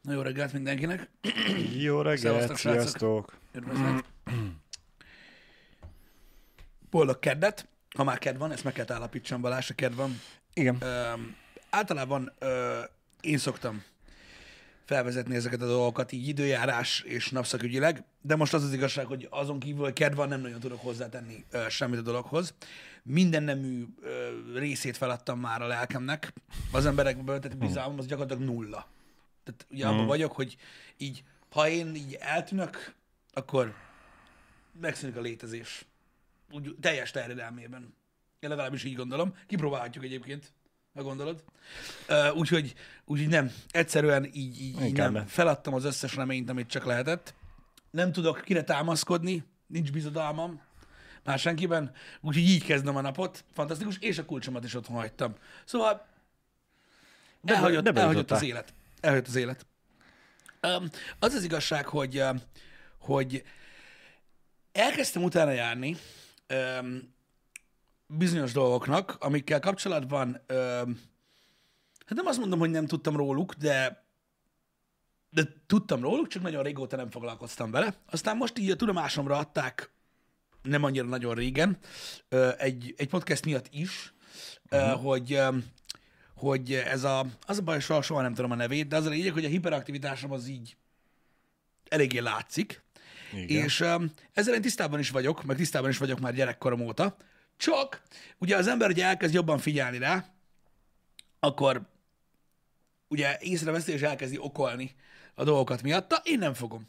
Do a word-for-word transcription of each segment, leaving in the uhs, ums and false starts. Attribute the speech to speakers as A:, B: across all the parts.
A: Na, jó reggelt mindenkinek.
B: Jó reggelt,
A: Szevasztok, srácok.
B: sziasztok!
A: Üdvözlet. Boldog keddet. Ha már kedv van, ezt meg kell állapítsam, Balázs, a kedv van.
B: Igen.
A: Üm, általában ö, én szoktam felvezetni ezeket a dolgokat így időjárás és napszakügyileg, de most az az igazság, hogy azon kívül, hogy kedv van, nem nagyon tudok hozzátenni ö, semmit a dologhoz. Minden nemű ö, részét feladtam már a lelkemnek. Az emberekből, tehát bizalmam az gyakorlatilag nulla. Tehát ugye abban vagyok, hogy így, ha én így eltűnök, akkor megszűnik a létezés. Úgy teljes terjedelmében. Én legalábbis így gondolom. Kipróbálhatjuk egyébként, ha gondolod. Uh, úgyhogy, úgyhogy nem. Egyszerűen így, így, így nem.
B: nem.
A: Feladtam az összes reményt, amit csak lehetett. Nem tudok kire támaszkodni, nincs bizodalmam már senkiben, úgyhogy így kezdem a napot. Fantasztikus, és a kulcsomat is otthon hagytam. Szóval
B: De
A: elhagyott,
B: de
A: elhagyott az
B: bejutottál.
A: élet. Elhagyott az élet. Um, az az igazság, hogy, uh, hogy elkezdtem utána járni um, bizonyos dolgoknak, amikkel kapcsolatban, um, hát nem azt mondom, hogy nem tudtam róluk, de, de tudtam róluk, csak nagyon régóta nem foglalkoztam vele. Aztán most így a tudomásomra adták, nem annyira nagyon régen, uh, egy, egy podcast miatt is, uh-huh. uh, hogy... Um, hogy ez a, az a baj, soha, soha nem tudom a nevét, de az a lényeg, hogy a hiperaktivitásom az így eléggé látszik,
B: Igen.
A: és um, ezzel én tisztában is vagyok, meg tisztában is vagyok már gyerekkorom óta, csak ugye az ember, hogy elkezd jobban figyelni rá, akkor ugye észreveszi és elkezdi okolni a dolgokat miatta, én nem fogom.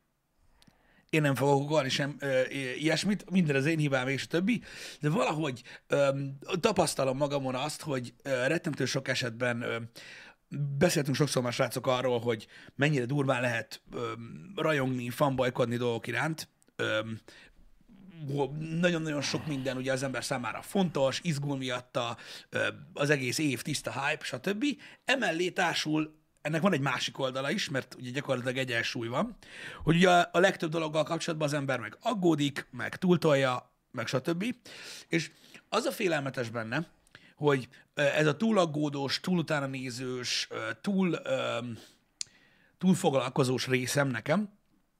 A: Én nem fogok okolni sem ö, ilyesmit, minden az én hibám és a többi, de valahogy ö, tapasztalom magamon azt, hogy ö, rettentő sok esetben ö, beszéltünk sokszor már, srácok, arról, hogy mennyire durván lehet ö, rajongni, fanbolykodni dolgok iránt. Ö, nagyon-nagyon sok minden ugye az ember számára fontos, izgul miatta, ö, az egész év tiszta hype, stb. Emellé társul, ennek van egy másik oldala is, mert ugye gyakorlatilag egyensúly van, hogy ugye a legtöbb dologgal kapcsolatban az ember meg aggódik, meg túltolja, meg stb. És az a félelmetes benne, hogy ez a túl aggódós, túl utána nézős, túl, túl foglalkozós részem nekem,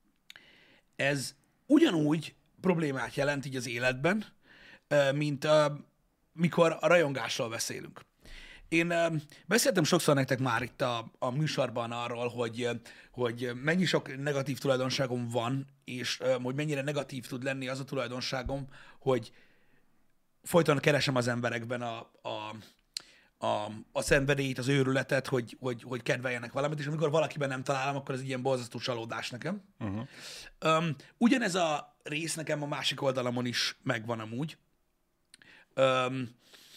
A: ez ugyanúgy problémát jelent így az életben, mint mikor a rajongásról beszélünk. Én uh, beszéltem sokszor nektek már itt a, a műsorban arról, hogy, hogy mennyi sok negatív tulajdonságom van, és uh, hogy mennyire negatív tud lenni az a tulajdonságom, hogy folyton keresem az emberekben a, a, a, a szenvedélyt, az őrületet, hogy, hogy, hogy kedveljenek valamit, és amikor valakiben nem találom, akkor ez egy ilyen borzasztó csalódás nekem. Uh-huh. Um, ugyanez a rész nekem a másik oldalamon is megvan amúgy. Um,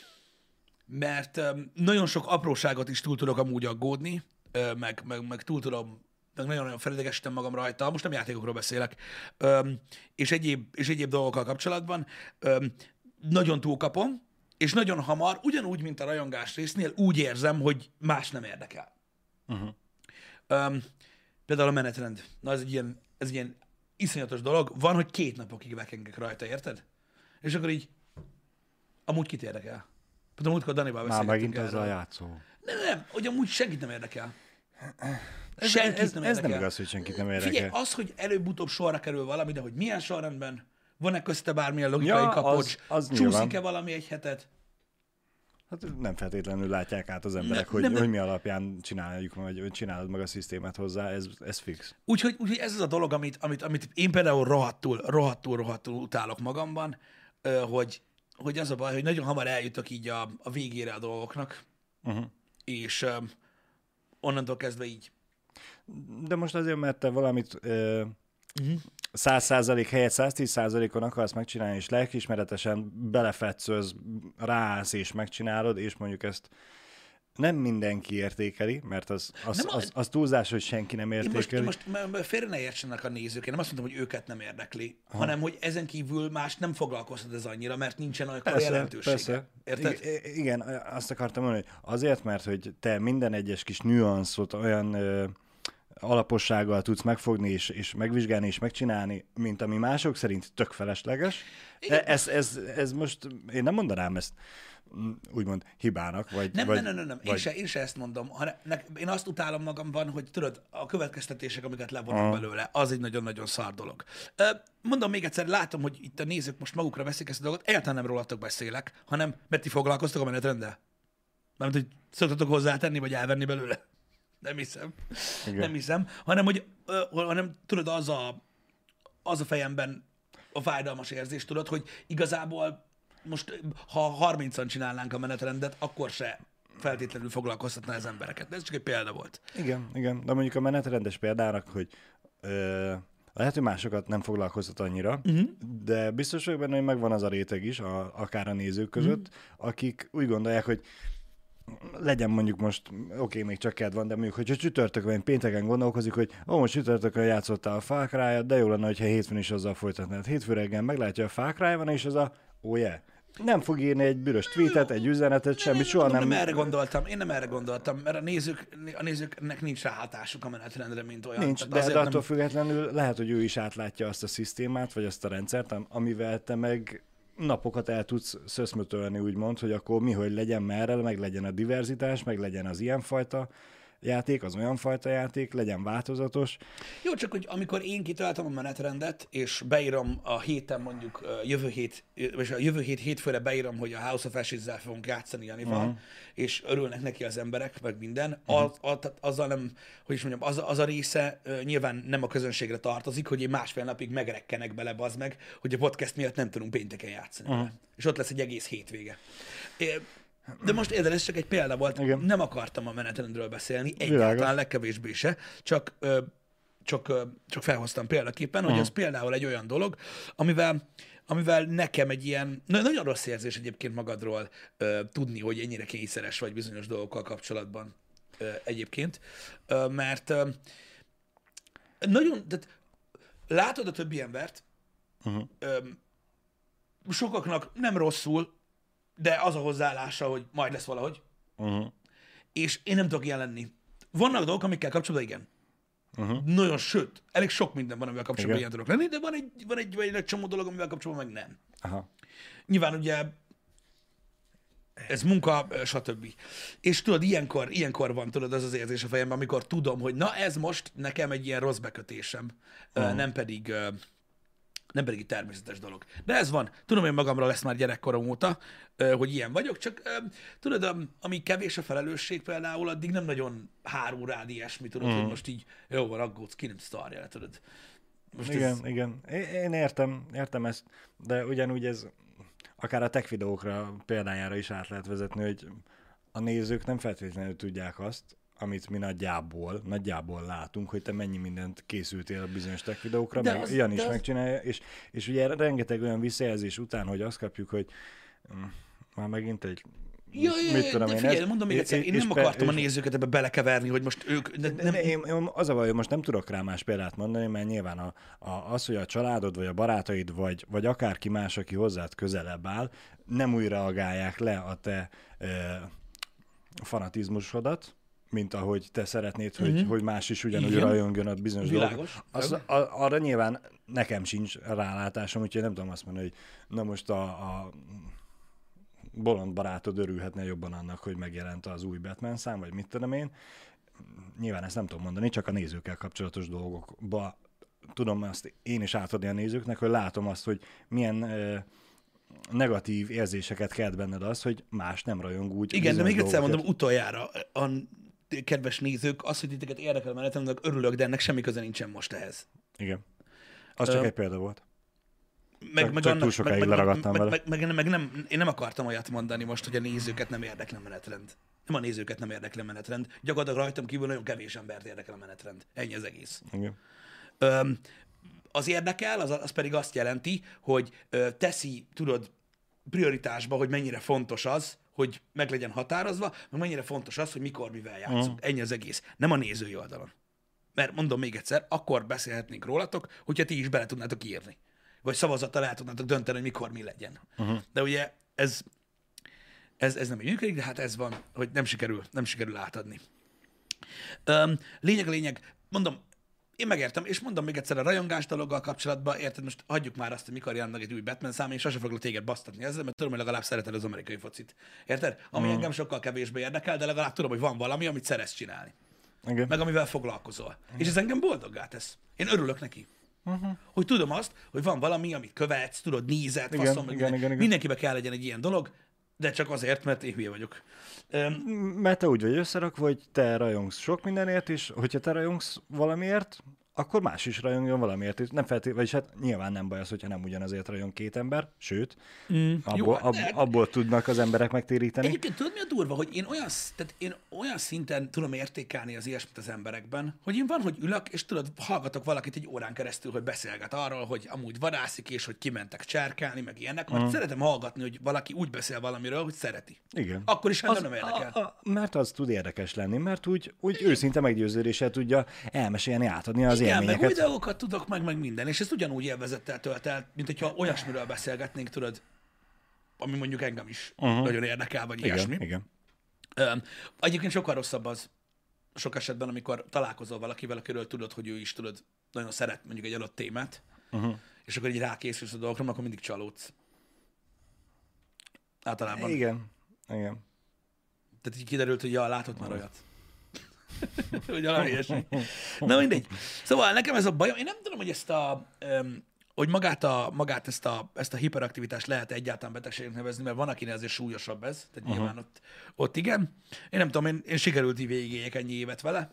A: mert um, nagyon sok apróságot is túl tudok amúgy aggódni, uh, meg, meg, meg túl tudom, meg nagyon-nagyon felidegesítem magam rajta, most nem játékokról beszélek, um, és, egyéb, és egyéb dolgokkal kapcsolatban um, nagyon túlkapom, és nagyon hamar, ugyanúgy, mint a rajongás résznél, úgy érzem, hogy más nem érdekel. Uh-huh. Um, például a menetrend. Na, ez egy ilyen, ez egy ilyen iszonyatos dolog. Van, hogy két napokig vekengek rajta, érted? És akkor így, amúgy kit érdekel? Például múltkor Danival
B: Már
A: beszélgettünk
B: megint
A: erről.
B: azzal játszó.
A: Nem, nem, hogy amúgy senkit nem érdekel.
B: Ez,
A: Senkit
B: ez,
A: nem
B: ez
A: érdekel.
B: nem igaz, hogy senkit nem érdekel.
A: Figyelj, az, hogy előbb-utóbb sorra kerül valami, de hogy milyen sorrendben, van-e közte bármilyen logikai
B: Ja,
A: kapocs,
B: az- az nyilván.
A: csúszik-e valami egy hetet?
B: Hát nem feltétlenül látják át az emberek,
A: Ne-
B: hogy,
A: nem, nem.
B: hogy mi alapján csináljuk, vagy hogy csinálod meg a szisztémát hozzá, ez, ez fix.
A: Úgyhogy, úgyhogy ez az a dolog, amit, amit, amit én például rohadtul, rohadtul, rohadtul utálok magamban, ö, hogy, hogy az a baj, hogy nagyon hamar eljutok így a, a végére a dolgoknak,
B: Uh-huh.
A: és ö, onnantól kezdve így.
B: De most azért, mert te valamit ö,
A: Uh-huh.
B: száz százalék helyett száztíz százalékon akarsz megcsinálni, és lelkiismeretesen belefetszőz, ráállsz és megcsinálod, és mondjuk ezt nem mindenki értékeli, mert az, az,
A: Nem a-
B: az, az túlzás, hogy senki nem
A: Én most,
B: értékeli.
A: én most m- m- félre ne értsenek a nézők, én nem azt mondtam, hogy őket nem érdekli, Aha. hanem hogy ezen kívül más nem foglalkoztat ez annyira, mert nincsen olyan jelentősége.
B: Persze.
A: Érted?
B: I- igen, azt akartam mondani, hogy azért, mert hogy te minden egyes kis nüanszot olyan ö, alapossággal tudsz megfogni, és, és megvizsgálni, és megcsinálni, mint ami mások szerint tök felesleges. Ez, ez, ez most, én nem mondanám ezt úgymond hibának, vagy...
A: Nem,
B: vagy,
A: nem, nem, nem.
B: Vagy...
A: Én, se, én se ezt mondom. Hanem én azt utálom magamban, hogy tudod, a következtetések, amiket levonok belőle, az egy nagyon-nagyon szar dolog. Mondom még egyszer, látom, hogy itt a nézők most magukra veszik ezt a dolgot, egyáltalán nem rólatok beszélek, hanem mert ti foglalkoztok a menetrenddel. Mert hogy szoktatok hozzátenni, vagy elvenni belőle. Nem hiszem. Igen. Nem hiszem. Hanem, hogy ö, hanem, tudod, az a, az a fejemben a fájdalmas érzés, tudod, hogy igazából most, ha harmincan csinálnánk a menetrendet, akkor se feltétlenül foglalkoztatná az embereket. De ez csak egy példa volt.
B: Igen, igen. De mondjuk a menetrendes példának, hogy ö, lehet, hogy másokat nem foglalkoztat annyira, uh-huh. de biztos vagyok benne, hogy megvan az a réteg is, a, akár a nézők között, uh-huh. akik úgy gondolják, hogy legyen mondjuk most, oké, okay, még csak kedv van, de mondjuk, hogyha csütörtökön, vagy pénteken gondolkozik, hogy ó, most csütörtökön játszottál a Far Cry-jat, de jó lenne, hogyha hétfőn is azzal folytatnád. Hétfő reggel meglátja a Far Cry van, és az a oh yeah. Nem fog írni egy büdös tweetet, egy üzenetet, semmit, soha nem...
A: Nem erre gondoltam, én nem erre gondoltam, mert a nézők, a nézőknek nincs rá hatásuk a menetrendre, mint olyan.
B: Nincs, de, de attól nem... függetlenül lehet, hogy ő is átlátja azt a szisztémát, vagy azt a rendszert, amivel te meg napokat el tudsz szöszmötölni, úgymond, hogy akkor mi, hogy legyen merre, meg legyen a diverzitás, meg legyen az ilyenfajta játék, az olyan fajta játék, legyen változatos.
A: Jó, csak hogy amikor én kitaláltam a menetrendet, és beírom a héten mondjuk jövő hét, vagy a jövő hét hétfőre beírom, hogy a House of Ashes-zel fogunk játszani Janival, uh-huh. és örülnek neki az emberek, meg minden, uh-huh. az, az, azzal nem, hogy is mondjam, az, az a része uh, nyilván nem a közönségre tartozik, hogy én másfél napig megrekkenek bele, bazd meg, hogy a podcast miatt nem tudunk pénteken játszani. Uh-huh. És ott lesz egy egész hétvége. É, De most érted, ez csak egy példa volt. Igen. Nem akartam a menetrendről beszélni, egyáltalán legkevésbé se, csak, ö, csak, ö, csak felhoztam példaképpen, uh-huh. hogy ez például egy olyan dolog, amivel, amivel nekem egy ilyen, nagyon rossz érzés egyébként magadról ö, tudni, hogy ennyire kényszeres vagy bizonyos dolgokkal kapcsolatban ö, egyébként, ö, mert ö, nagyon, tehát látod a többi embert, uh-huh. ö, sokaknak nem rosszul, de az a hozzáállása, hogy majd lesz valahogy. Uh-huh. És én nem tudok ilyen lenni. Vannak dolgok, amikkel kapcsolatban igen. Uh-huh. Nagyon, sőt, elég sok minden van, amivel kapcsolatban igen. ilyen tudok lenni, de van egy, van egy, van egy csomó dolog, amivel kapcsolatban meg nem. Aha. Nyilván ugye ez munka, stb. És tudod, ilyenkor, ilyenkor van, tudod, az az érzés a fejemben, amikor tudom, hogy na ez most nekem egy ilyen rossz bekötésem, uh-huh. nem pedig... Nem pedig egy természetes dolog. De ez van. Tudom, hogy magamra lesz már gyerekkorom óta, hogy ilyen vagyok, csak tudod, ami kevés a felelősség például, addig nem nagyon hárul rád ilyesmi, tudod, mm. hogy most így jó van, aggódsz, ki nem szarja le, tudod.
B: Most igen, ez... igen. Én értem, értem ezt, de ugyanúgy ez akár a tech videókra példájára is át lehet vezetni, hogy a nézők nem feltétlenül tudják azt, amit mi nagyjából, nagyjából látunk, hogy te mennyi mindent készültél a bizonyos tech videókra, de meg az, Jan is az... megcsinálja, és, és ugye rengeteg olyan visszajelzés után, hogy azt kapjuk, hogy um, már megint egy
A: Ja, ja, mit tudom de én figyelj, ez? mondom még egyszer, én nem akartam pe, a nézőket ebbe belekeverni, hogy most ők...
B: De, nem... én, én, az a baj, hogy most nem tudok rá más példát mondani, mert nyilván a, a, az, hogy a családod, vagy a barátaid, vagy, vagy akárki más, aki hozzád közelebb áll, nem úgy reagálják le a te e, fanatizmusodat, mint ahogy te szeretnéd, hogy, uh-huh. hogy más is ugyanúgy rajongjon a bizonyos dolgok. Arra nyilván nekem sincs rálátásom, úgyhogy nem tudom azt mondani, hogy na most a, a bolond barátod örülhetne jobban annak, hogy megjelent az új Batman szám, vagy mit tudom én. Nyilván ezt nem tudom mondani, csak a nézőkkel kapcsolatos dolgokba tudom azt én is átadni a nézőknek, hogy látom azt, hogy milyen e, negatív érzéseket kelt benned az, hogy más nem rajong úgy.
A: Igen, de még egyszer mondom, utoljára a kedves nézők, az, hogy titeket érdekel a menetrendnek, örülök, de ennek semmi köze nincsen most ehhez.
B: Igen. Az csak uh, egy példa volt.
A: Meg,
B: csak
A: meg
B: csak
A: annak,
B: túl sokáig
A: meg,
B: leragadtam
A: meg,
B: vele.
A: Meg, meg, meg, meg nem, én nem akartam olyat mondani most, hogy a nézőket nem érdekel a menetrend. Nem a nézőket nem érdekel a menetrend. Gyakorlatilag rajtam kívül nagyon kevés embert érdekel a menetrend. Ennyi az egész.
B: Igen.
A: Um, az érdekel, az, az pedig azt jelenti, hogy uh, teszi, tudod, prioritásba, hogy mennyire fontos az, hogy meg legyen határozva, meg mennyire fontos az, hogy mikor, mivel játszunk. Uh-huh. Ennyi az egész. Nem a nézői oldalon. Mert mondom még egyszer, akkor beszélhetnénk rólatok, hogyha ti is bele tudnátok írni. Vagy szavazattal el tudnátok dönteni, hogy mikor mi legyen. Uh-huh. De ugye ez, ez, ez nem így működik, de hát ez van, hogy nem sikerül, nem sikerül átadni. Um, lényeg a lényeg, mondom, én megértem, és mondom még egyszer a rajongás dologgal kapcsolatban, érted, most hagyjuk már azt, hogy mikor jön meg egy új Batman szám, és sose foglak téged basztatni ezzel, mert tudom, hogy legalább szereted az amerikai focit. Érted? Ami mm. engem sokkal kevésbé érdekel, de legalább tudom, hogy van valami, amit szeretsz csinálni. Okay. Meg amivel foglalkozol. Mm. És ez engem boldoggá tesz. Én örülök neki. Uh-huh. Hogy tudom azt, hogy van valami, amit követsz, tudod, nézed,
B: igen,
A: faszom,
B: igen,
A: minden.
B: igen, igen.
A: Mindenkibe kell legyen egy ilyen dolog, de csak azért, mert én hülye vagyok. Um,
B: mert te úgy vagy összerakva, hogy te rajongsz sok mindenért, és hogyha te rajongsz valamiért, akkor más is rajongjon valamiért. És nem feltétlenül, vagyis hát nyilván nem baj az, hogyha nem ugyanazért rajong két ember, sőt, mm, abból, jó, ab, de... abból tudnak az emberek megtéríteni.
A: Egyébként tudod, mi a durva, hogy én olyan, tehát én olyan szinten tudom értékelni az ilyesmit az emberekben, hogy én van, hogy ülök, és tudod, hallgatok valakit egy órán keresztül, hogy beszélget arról, hogy amúgy vadászik, és hogy kimentek cserkálni, meg ilyenek, mert mm. szeretem hallgatni, hogy valaki úgy beszél valamiről, hogy szereti.
B: Igen.
A: Akkor is az, nem érdekel.
B: A, a, mert az tud érdekes lenni, mert úgy, úgy őszinte meggyőződéssel tudja elmesélni, átadni az
A: igen,
B: élményeket.
A: Meg videókat tudok, meg, meg minden, és ezt ugyanúgy élvezettel tölt el, mint hogyha olyasmiről beszélgetnénk, tudod, ami mondjuk engem is uh-huh. nagyon érdekel, vagy
B: igen,
A: ilyesmi.
B: Igen.
A: Um, egyébként sokkal rosszabb az sok esetben, amikor találkozol valakivel, akiről tudod, hogy ő is tudod, nagyon szeret mondjuk egy adott témát, uh-huh. és akkor így rákészülsz a dolgokra, akkor mindig csalódsz. Általában.
B: Igen, igen.
A: Tehát így kiderült, hogy ja, látott már olyat. Hogy valami ilyesmi. Na mindegy. Szóval nekem ez a bajom, én nem tudom, hogy ezt a, um, hogy magát, a, magát ezt, a, ezt a hiperaktivitást lehet egyáltalán betegségnek nevezni, mert van, akinek azért súlyosabb ez, tehát uh-huh. nyilván ott, ott igen. Én nem tudom, én, én sikerült így végigéljek ennyi évet vele.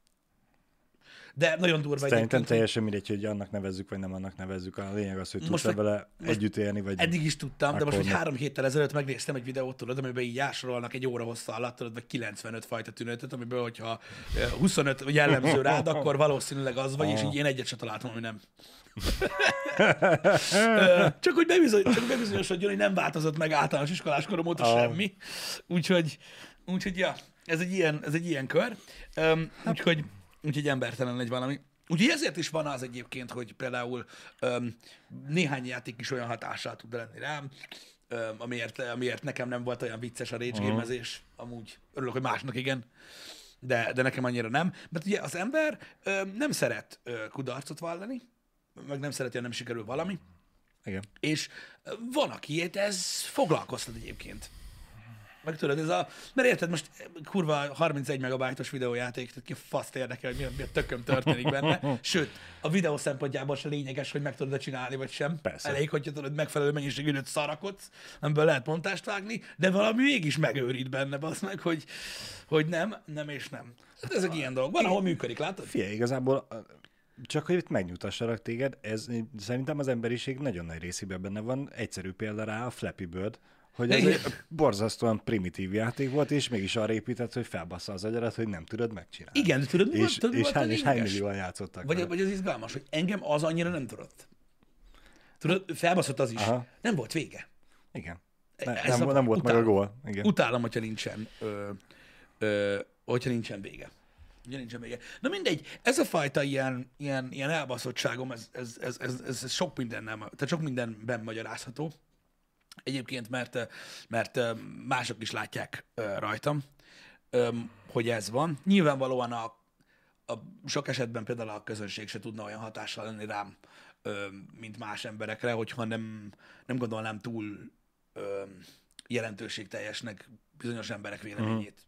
A: De nagyon durva
B: egyébként. Szerintem teljesen mindegy, hogy annak nevezzük, vagy nem annak nevezzük. A lényeg az, hogy tudsz vele együtt élni, vagy...
A: Eddig is tudtam, de most, hogy három héttel ezelőtt megnéztem egy videót, tudod, amiben így jásolnak egy óra hossza alatt, tudod, vagy kilencvenöt fajta tünetet, amiből, hogyha huszonöt jellemző rád, akkor valószínűleg az vagy, és így én egyet se találtam, ami nem. Csak hogy bebizony, csak bebizonyosodjon, hogy nem változott meg általános iskolás korom óta semmi. Úgyhogy, úgyhogy ja, ez egy ilyen, ez egy ilyen kör. Úgyhogy Úgyhogy embertelen egy valami. Úgyhogy ezért is van az egyébként, hogy például öm, néhány játék is olyan hatással tud lenni rám, öm, amiért, amiért nekem nem volt olyan vicces a rage game-ezés. Amúgy örülök, hogy másnak igen, de, de nekem annyira nem. Mert ugye az ember öm, nem szeret ö, kudarcot vallani, meg nem szereti, ha nem sikerül valami.
B: Igen.
A: És van, akiért ez foglalkoztat egyébként. Meg tudod, ez a... Mert érted, most kurva harmincegy megabájtos videójáték, tehát ki faszt érdekel, hogy mi a, mi a tököm történik benne. Sőt, a videó szempontjából se lényeges, hogy meg tudod csinálni, vagy sem.
B: Persze.
A: Elég, hogyha tudod, megfelelő mennyiségű időt szarakodsz, amiből lehet montást vágni, de valami mégis megőrít benne, az meg, hogy, hogy nem, nem és nem. Hát ezek ilyen dolgok. Van, ahol működik, látod?
B: Figyelj, igazából csak hogy itt megnyugtassalak téged, ez szerintem az emberiség nagyon nagy részében benne van. Egyszerű példa rá a Flappy Bird, hogy ez egy borzasztóan primitív játék volt, és mégis arra épített, hogy felbassza az agyarat, hogy nem tudod megcsinálni.
A: Igen, de tudod, mi
B: és,
A: tudod,
B: és, hány, és hány millióan játszottak
A: vagy, vagy az izgalmas, hogy engem az annyira nem tudott. Tudod, felbaszott az is. Aha. Nem volt vége.
B: Igen. Ne, nem, a, nem volt utálom, meg a gól. Igen.
A: Utálom, hogyha nincsen, ö, ö, hogyha nincsen vége. Ugye nincsen vége. Na mindegy, ez a fajta ilyen, ilyen, ilyen elbaszottságom, ez, ez, ez, ez, ez, ez sok minden nem, tehát sok mindenben magyarázható. Egyébként, mert, mert mások is látják rajtam, hogy ez van. Nyilvánvalóan a, a sok esetben például a közönség se tudna olyan hatással lenni rám, mint más emberekre, hogyha nem, nem gondolnám túl jelentőségteljesnek bizonyos emberek véleményét.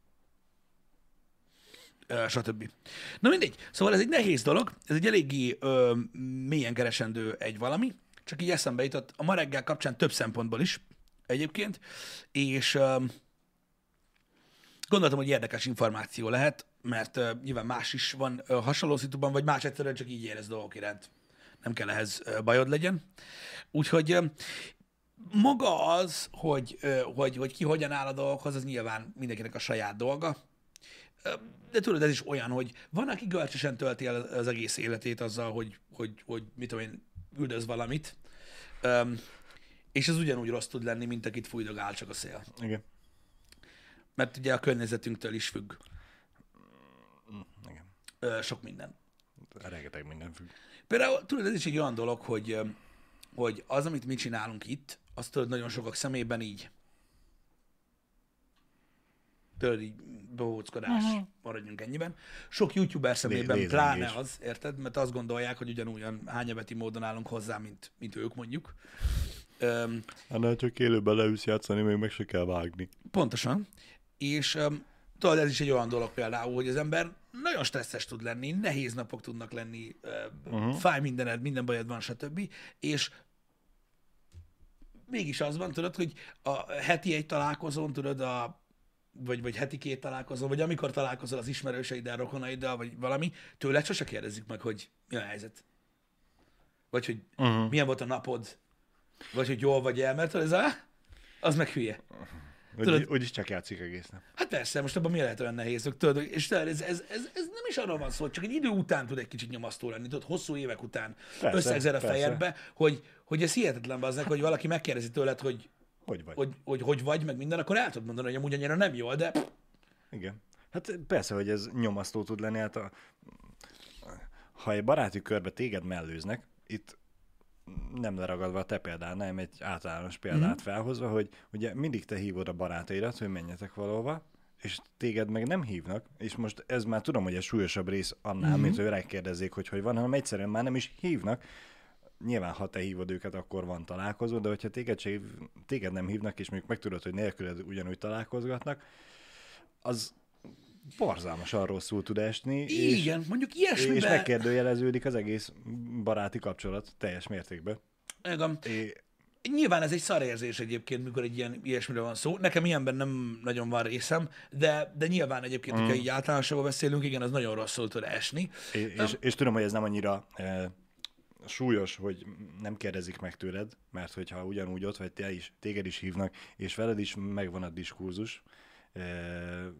A: Uh, stb. Na mindegy. Szóval ez egy nehéz dolog, ez egy eléggé ö, mélyen keresendő egy valami, csak így eszembe jutott a ma reggel kapcsán több szempontból is egyébként, és ö, gondoltam, hogy érdekes információ lehet, mert ö, nyilván más is van ö, hasonló szituban, vagy más egyszerűen csak így érez dolgok iránt. Nem kell ehhez ö, bajod legyen. Úgyhogy ö, maga az, hogy, ö, hogy, hogy ki hogyan áll a dolgokhoz, az nyilván mindenkinek a saját dolga. De tudod, ez is olyan, hogy van, aki görcsösen tölti el az egész életét azzal, hogy, hogy, hogy mit tudom én, üldöz valamit, um, és ez ugyanúgy rossz tud lenni, mint akit fújdogál csak a szél.
B: Igen.
A: Mert ugye a környezetünktől is függ.
B: Igen.
A: Uh, sok minden.
B: Rengeteg minden függ.
A: Például tudod, ez is egy olyan dolog, hogy, hogy az, amit mi csinálunk itt, azt tudod nagyon sokak szemében így tudod, így bohóckodás, uh-huh. maradjunk ennyiben. Sok youtuber szemében pláne az, érted? Mert azt gondolják, hogy ugyanúgyan hányabeti módon állunk hozzá, mint, mint ők mondjuk. Um,
B: Annál csak élőben leülsz játszani, még meg se kell vágni.
A: Pontosan. És um, tudod, ez is egy olyan dolog például, hogy az ember nagyon stresszes tud lenni, nehéz napok tudnak lenni, uh, uh-huh. fáj mindened, minden bajod van, stb. És mégis az van, tudod, hogy a heti egy találkozón, tudod, a, vagy, vagy heti két találkozón, vagy amikor találkozol az ismerőseiddel, rokonaiddal, vagy valami, tőled sose kérdezik meg, hogy mi a helyzet. Vagy hogy uh-huh. milyen volt a napod, vagy hogy jól vagy el, mert ez a, az meg hülye.
B: Tudod, úgy, úgyis csak játszik egész nap.
A: Hát persze, most abban mi lehet olyan nehéz, tudod, és ez, ez, ez, ez nem is arról van szó, csak egy idő után tud egy kicsit nyomasztó lenni, tudod, hosszú évek után összegzed a fejedbe, hogy, hogy ez hihetetlen bazzeg, hogy valaki megkérdezi tőled, hogy hogy vagy. Hogy, hogy hogy vagy, meg minden, akkor el tudod mondani, hogy amúgy annyira nem jól, de...
B: Igen. Hát persze, hogy ez nyomasztó tud lenni, hát a... ha egy baráti körbe téged mellőznek, itt nem leragadva a te példán, nem egy általános példát mm-hmm. felhozva, hogy ugye mindig te hívod a barátaidat, hogy menjetek valahova, és téged meg nem hívnak, és most ez már tudom, hogy egy súlyosabb rész annál, mm-hmm. mint hogy rákérdezzék, hogy hogy van, hanem egyszerűen már nem is hívnak. Nyilván, ha te hívod őket, akkor van találkozó, de hogyha téged, se, téged nem hívnak, és mondjuk megtudod, hogy nélküled ugyanúgy találkozgatnak, az borzalmasan rosszul tud esni.
A: Igen,
B: és,
A: mondjuk ilyesmiben...
B: És megkérdőjeleződik az egész baráti kapcsolat teljes mértékben.
A: Igen. É... Nyilván ez egy szarérzés egyébként, mikor egy ilyen ilyesmiről van szó. Nekem ilyenben nem nagyon van részem, de, de nyilván egyébként, mm. hogyha így általánosabban beszélünk, igen, az nagyon rosszul tud esni.
B: És, um, és, és tudom, hogy ez nem annyira e, súlyos, hogy nem kérdezik meg tőled, mert hogyha ugyanúgy ott vagy, te is, téged is hívnak, és veled is megvan a diskurzus, e,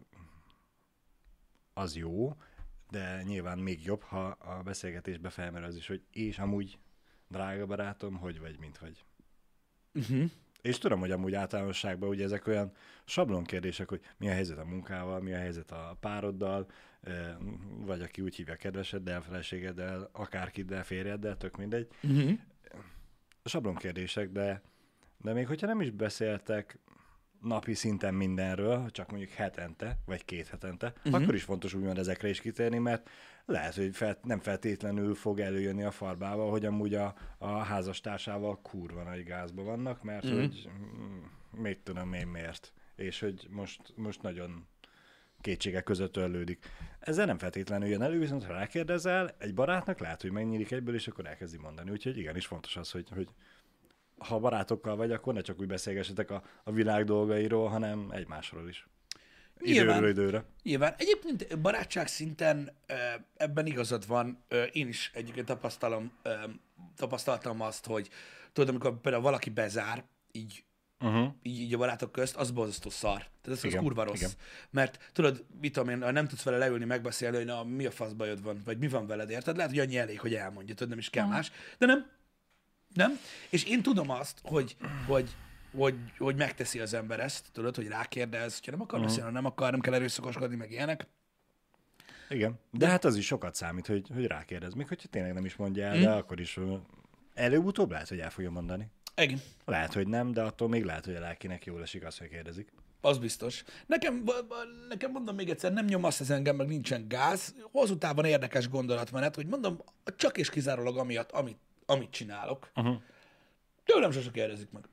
B: az jó, de nyilván még jobb, ha a beszélgetésbe felmerül az is, hogy és amúgy, drága barátom, hogy vagy, mint vagy. Uh-huh. És tudom, hogy amúgy általánosságban ugye ezek olyan sablon kérdések, hogy mi a helyzet a munkával, mi a helyzet a pároddal, vagy aki úgy hívja kedveseddel, feleségeddel, akárkiddel, férjeddel, tök mindegy. Uh-huh. Sablon kérdések, de, de még hogyha nem is beszéltek napi szinten mindenről, csak mondjuk hetente, vagy két hetente, uh-huh. akkor is fontos úgymond ezekre is kitérni, mert lehet, hogy fel, nem feltétlenül fog előjönni a farbával, hogy amúgy a, a házastársával kurva nagy gázba vannak, mert uh-huh. hogy még tudom én miért, és hogy most, most nagyon kétségek között törlődik. Ezzel nem feltétlenül jön elő, viszont ha rákérdezel, egy barátnak lehet, hogy megnyílik egyből, és akkor elkezdi mondani. Úgyhogy igenis fontos az, hogy, hogy ha barátokkal vagy, akkor ne csak úgy beszélgessetek a, a világ dolgairól, hanem egymásról is.
A: Nyilván,
B: időről időre.
A: Nyilván. Egyébként barátság szinten ebben igazad van. Én is egyébként tapasztalom, tapasztaltam azt, hogy tudod, amikor például valaki bezár, így, uh-huh. így, így a barátok közt, az borzasztó szar. Tehát ez igen, az kurva rossz. Igen. Mert tudod, mit tudom én, nem tudsz vele leülni, megbeszélni, hogy na, mi a fasz bajod van, vagy mi van veled, érted? Lehet, hogy annyi elég, hogy elmondja, tudod, nem is kell uh-huh. más. De nem. Nem? És én tudom azt, hogy, hogy, hogy, hogy megteszi az ember ezt, tudod, hogy rákérdez, hogyha nem akar uh-huh. beszélni, nem akar, nem kell erőszakoskodni, meg ilyenek.
B: Igen, de, de hát az is sokat számít, hogy, hogy rákérdez. Még hogyha tényleg nem is mondja el, mm. de akkor is előbb-utóbb lehet, hogy el fogja mondani.
A: Igen.
B: Lehet, hogy nem, de attól még lehet, hogy a lelkinek jól esik az, hogy kérdezik.
A: Az biztos. Nekem, nekem mondom még egyszer, nem nyomaszt ez engem, meg nincsen gáz. Hosszú távon érdekes gondolatmenet, hogy mondom, csak és kizárólag amiatt, amit amit csinálok, uh-huh. tőlem sose kérdezik meg.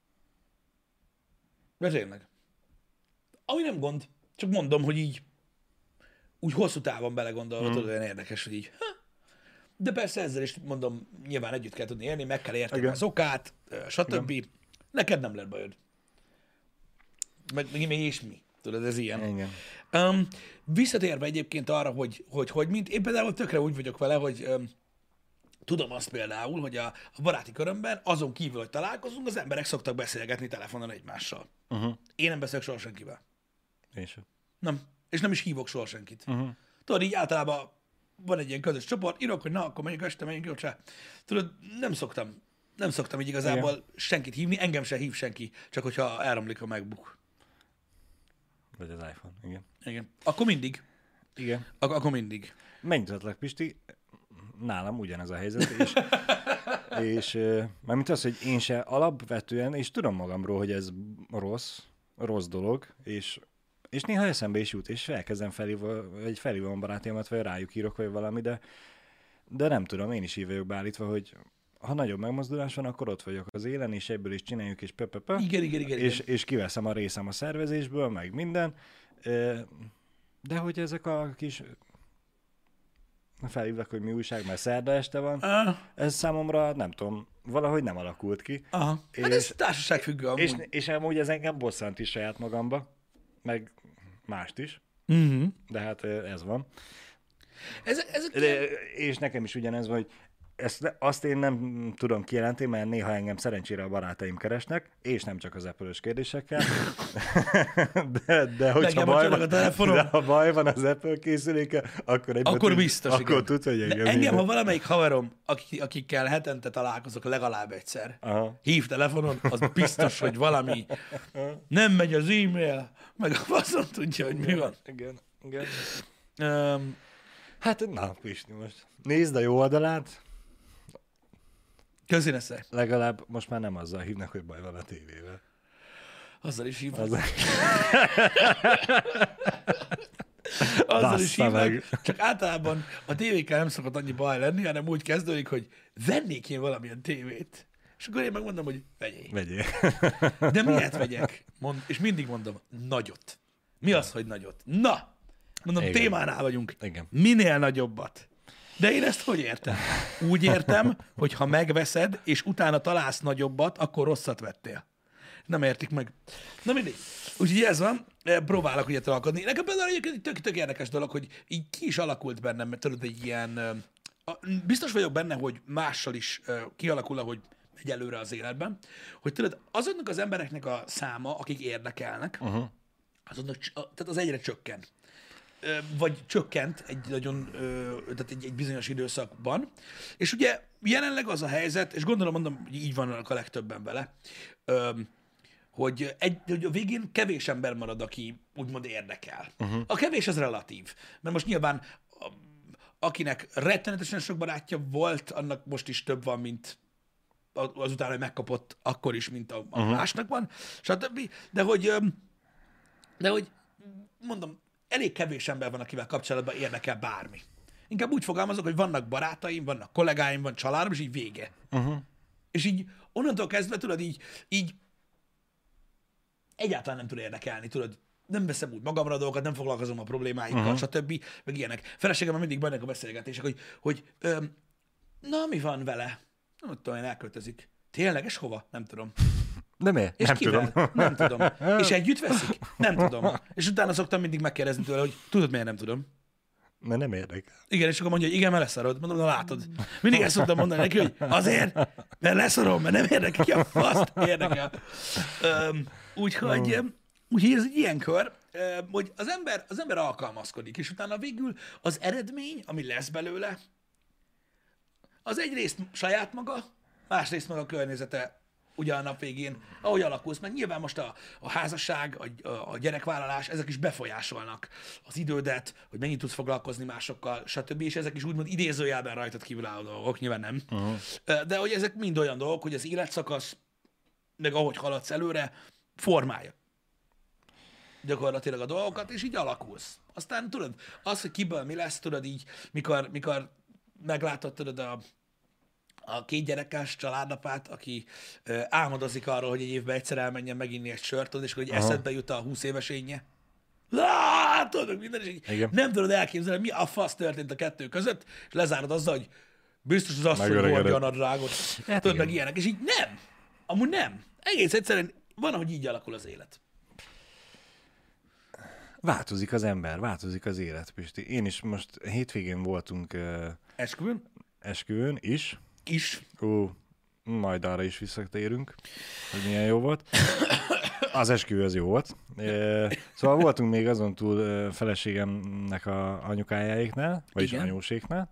A: De tényleg. Ami nem gond, csak mondom, hogy így úgy hosszú távon belegondolva, uh-huh. tudod, olyan érdekes, hogy így. Ha. De persze ezzel is mondom, nyilván együtt kell tudni élni, meg kell érteni igen. az okát, stb. Igen. Neked nem lett bajod. Meg, meg mi és mi. Tudod, ez ilyen.
B: Igen.
A: Um, visszatérve egyébként arra, hogy hogy, hogy mint én például tökre úgy vagyok vele, hogy um, tudom azt például, hogy a, a baráti körömben azon kívül, hogy találkozunk, az emberek szoktak beszélgetni telefonon egymással. Uh-huh. Én nem beszélek soha senkivel.
B: Én sem.
A: Nem. És nem is hívok soha senkit.
B: Uh-huh.
A: Tudod, így általában van egy ilyen közös csoport, írok, hogy na, akkor menjünk este, menjünk jócsá. Tudod, nem szoktam. Nem szoktam így igazából igen. senkit hívni, engem se hív senki, csak hogyha elromlik a MacBook.
B: Vagy az iPhone, igen.
A: Igen. Akkor mindig.
B: Igen.
A: Ak- akkor mindig.
B: Megnyitatlak, Pisti. Nálam ugyanez a helyzet, és, és mármint az, hogy én se alapvetően, és tudom magamról, hogy ez rossz, rossz dolog, és És néha eszembe is jut, és elkezdem felhívva, egy felhívom barátémat, vagy rájuk írok, vagy valami, de, de nem tudom, én is így vagyok beállítva, hogy ha nagyobb megmozdulás van, akkor ott vagyok az élen, és ebből is csináljuk, és pöpöpö.
A: Igen, igen, igen,
B: és,
A: igen.
B: és kiveszem a részem a szervezésből, meg minden. De hogy ezek a kis... felhívlak, hogy mi újság, mert szerda este van. Uh. Ez számomra, nem tudom, valahogy nem alakult ki.
A: Aha. És, hát ez társaságfüggő amúgy.
B: És, és amúgy ez engem bosszant is saját magamba, meg mást is.
A: Uh-huh.
B: De hát ez van.
A: Ez, ez
B: De, és nekem is ugyanez van, hogy ezt, azt én nem tudom kijelenteni, mert néha engem szerencsére a barátaim keresnek, és nem csak az Apple-ös kérdésekkel. de, de hogyha baj van, de ha baj van az Apple készüléke, akkor,
A: akkor biztos,
B: akkor igen. Tud, hogy engem,
A: engem ha valamelyik haverom, akik, akikkel hetente találkozok legalább egyszer, aha. hív telefonon, az biztos, hogy valami nem megy az e-mail, meg a faszon tudja, hogy mi van.
B: Igen, igen.
A: Um,
B: hát na, Pisti, most nézd a jó oldalát.
A: Közi leszek.
B: Legalább most már nem azzal hívnak, hogy baj van a tévével.
A: Azzal is hívnak. Azzal, Azzal is hívnak. Meg. Csak általában a tévékkel nem szokott annyi baj lenni, hanem úgy kezdődik, hogy vennék én valamilyen tévét. És akkor én megmondom, hogy vegyél.
B: Vegyél.
A: De miért vegyek? Mond, és mindig mondom, nagyot. Mi az, hogy nagyot? Na! Mondom, igen. Témánál vagyunk.
B: Igen.
A: Minél nagyobbat. De én ezt hogy értem? Úgy értem, hogy ha megveszed, és utána találsz nagyobbat, akkor rosszat vettél. Nem értik meg. Na mindig. Úgyhogy ez van. Próbálok ugye találkozni. Nekem például egy tök, tök érdekes dolog, hogy így ki is alakult bennem, mert tudod, egy ilyen... Biztos vagyok benne, hogy mással is kialakul, ahogy megy előre az életben, hogy tudod, azoknak az embereknek a száma, akik érdekelnek, uh-huh. azoknak, tehát az egyre csökken. Vagy csökkent egy nagyon, tehát egy, egy bizonyos időszakban. És ugye jelenleg az a helyzet, és gondolom, mondom, hogy így vannak a legtöbben vele, hogy, egy, hogy a végén kevés ember marad, aki úgymond érdekel. Uh-huh. A kevés az relatív. Mert most nyilván akinek rettenetesen sok barátja volt, annak most is több van, mint azután, hogy megkapott, akkor is, mint a, a uh-huh. másnak van, stb. De hogy, de hogy mondom, elég kevés ember van, akivel kapcsolatban érdekel bármi. Inkább úgy fogalmazok, hogy vannak barátaim, vannak kollégáim, van családom, és így vége. Uh-huh. És így onnantól kezdve, tudod, így, így egyáltalán nem tud érdekelni, tudod, nem veszem úgy magamra a dolgokat, nem foglalkozom a problémáikkal, uh-huh. stb. Meg ilyenek. Feleségem mindig bajnak a beszélgetések, hogy, hogy öm, na, mi van vele? Nem tudom, én elköltözik. Tényleg, és hova? Nem tudom.
B: De miért?
A: És
B: nem
A: kivel?
B: tudom.
A: Nem tudom. És együtt veszik? Nem tudom. És utána szoktam mindig megkérdezni tőle, hogy tudod, miért nem tudom?
B: Mert nem érdekel.
A: Igen, és akkor mondja, hogy igen, mert leszarod. Mondom, na látod. Mindig ezt szoktam mondani neki, hogy azért, mert leszarom, mert nem érdekel, ki a faszt érdekel. Um, úgyhogy, um, úgyhogy ez egy ilyen kör, um, hogy az ember, az ember alkalmazkodik, és utána végül az eredmény, ami lesz belőle, az egyrészt saját maga, másrészt meg a környezete ugye a nap végén, ahogy alakulsz, meg nyilván most a, a házasság, a, a gyerekvállalás, ezek is befolyásolnak az idődet, hogy mennyit tudsz foglalkozni másokkal, stb. És ezek is úgymond idézőjelben rajtad kívülálló dolgok, nyilván nem. Uh-huh. De hogy ezek mind olyan dolgok, hogy az életszakasz, meg ahogy haladsz előre, formálja gyakorlatilag a dolgokat, és így alakulsz. Aztán tudod, az, hogy kiből mi lesz, tudod így, mikor, mikor meglátod, tudod, a a két gyerekes családapát, aki uh, álmodozik arról, hogy egy évben egyszer elmenjen meginni egy sört, tudod, és hogy aha. eszedbe jut a húsz éves énje. Látod, minden, és így nem tudod elképzelni, mi a fasz történt a kettő között, és lezárod azzal, hogy biztos az asszony hordja a nadrágot. Hát tudod, meg ilyenek. És így nem. Amúgy nem. Egész egyszerűen van, ahogy így alakul az élet.
B: Változik az ember, változik az élet, Pisti. Én is most hétvégén voltunk... Uh,
A: esküvőn?
B: Esküvőn is.
A: Is.
B: Ó, majd arra is visszatérünk, hogy milyen jó volt. Az esküvő az jó volt. Szóval voltunk még azon túl feleségemnek a anyukájáéknál, vagyis igen. anyóséknál.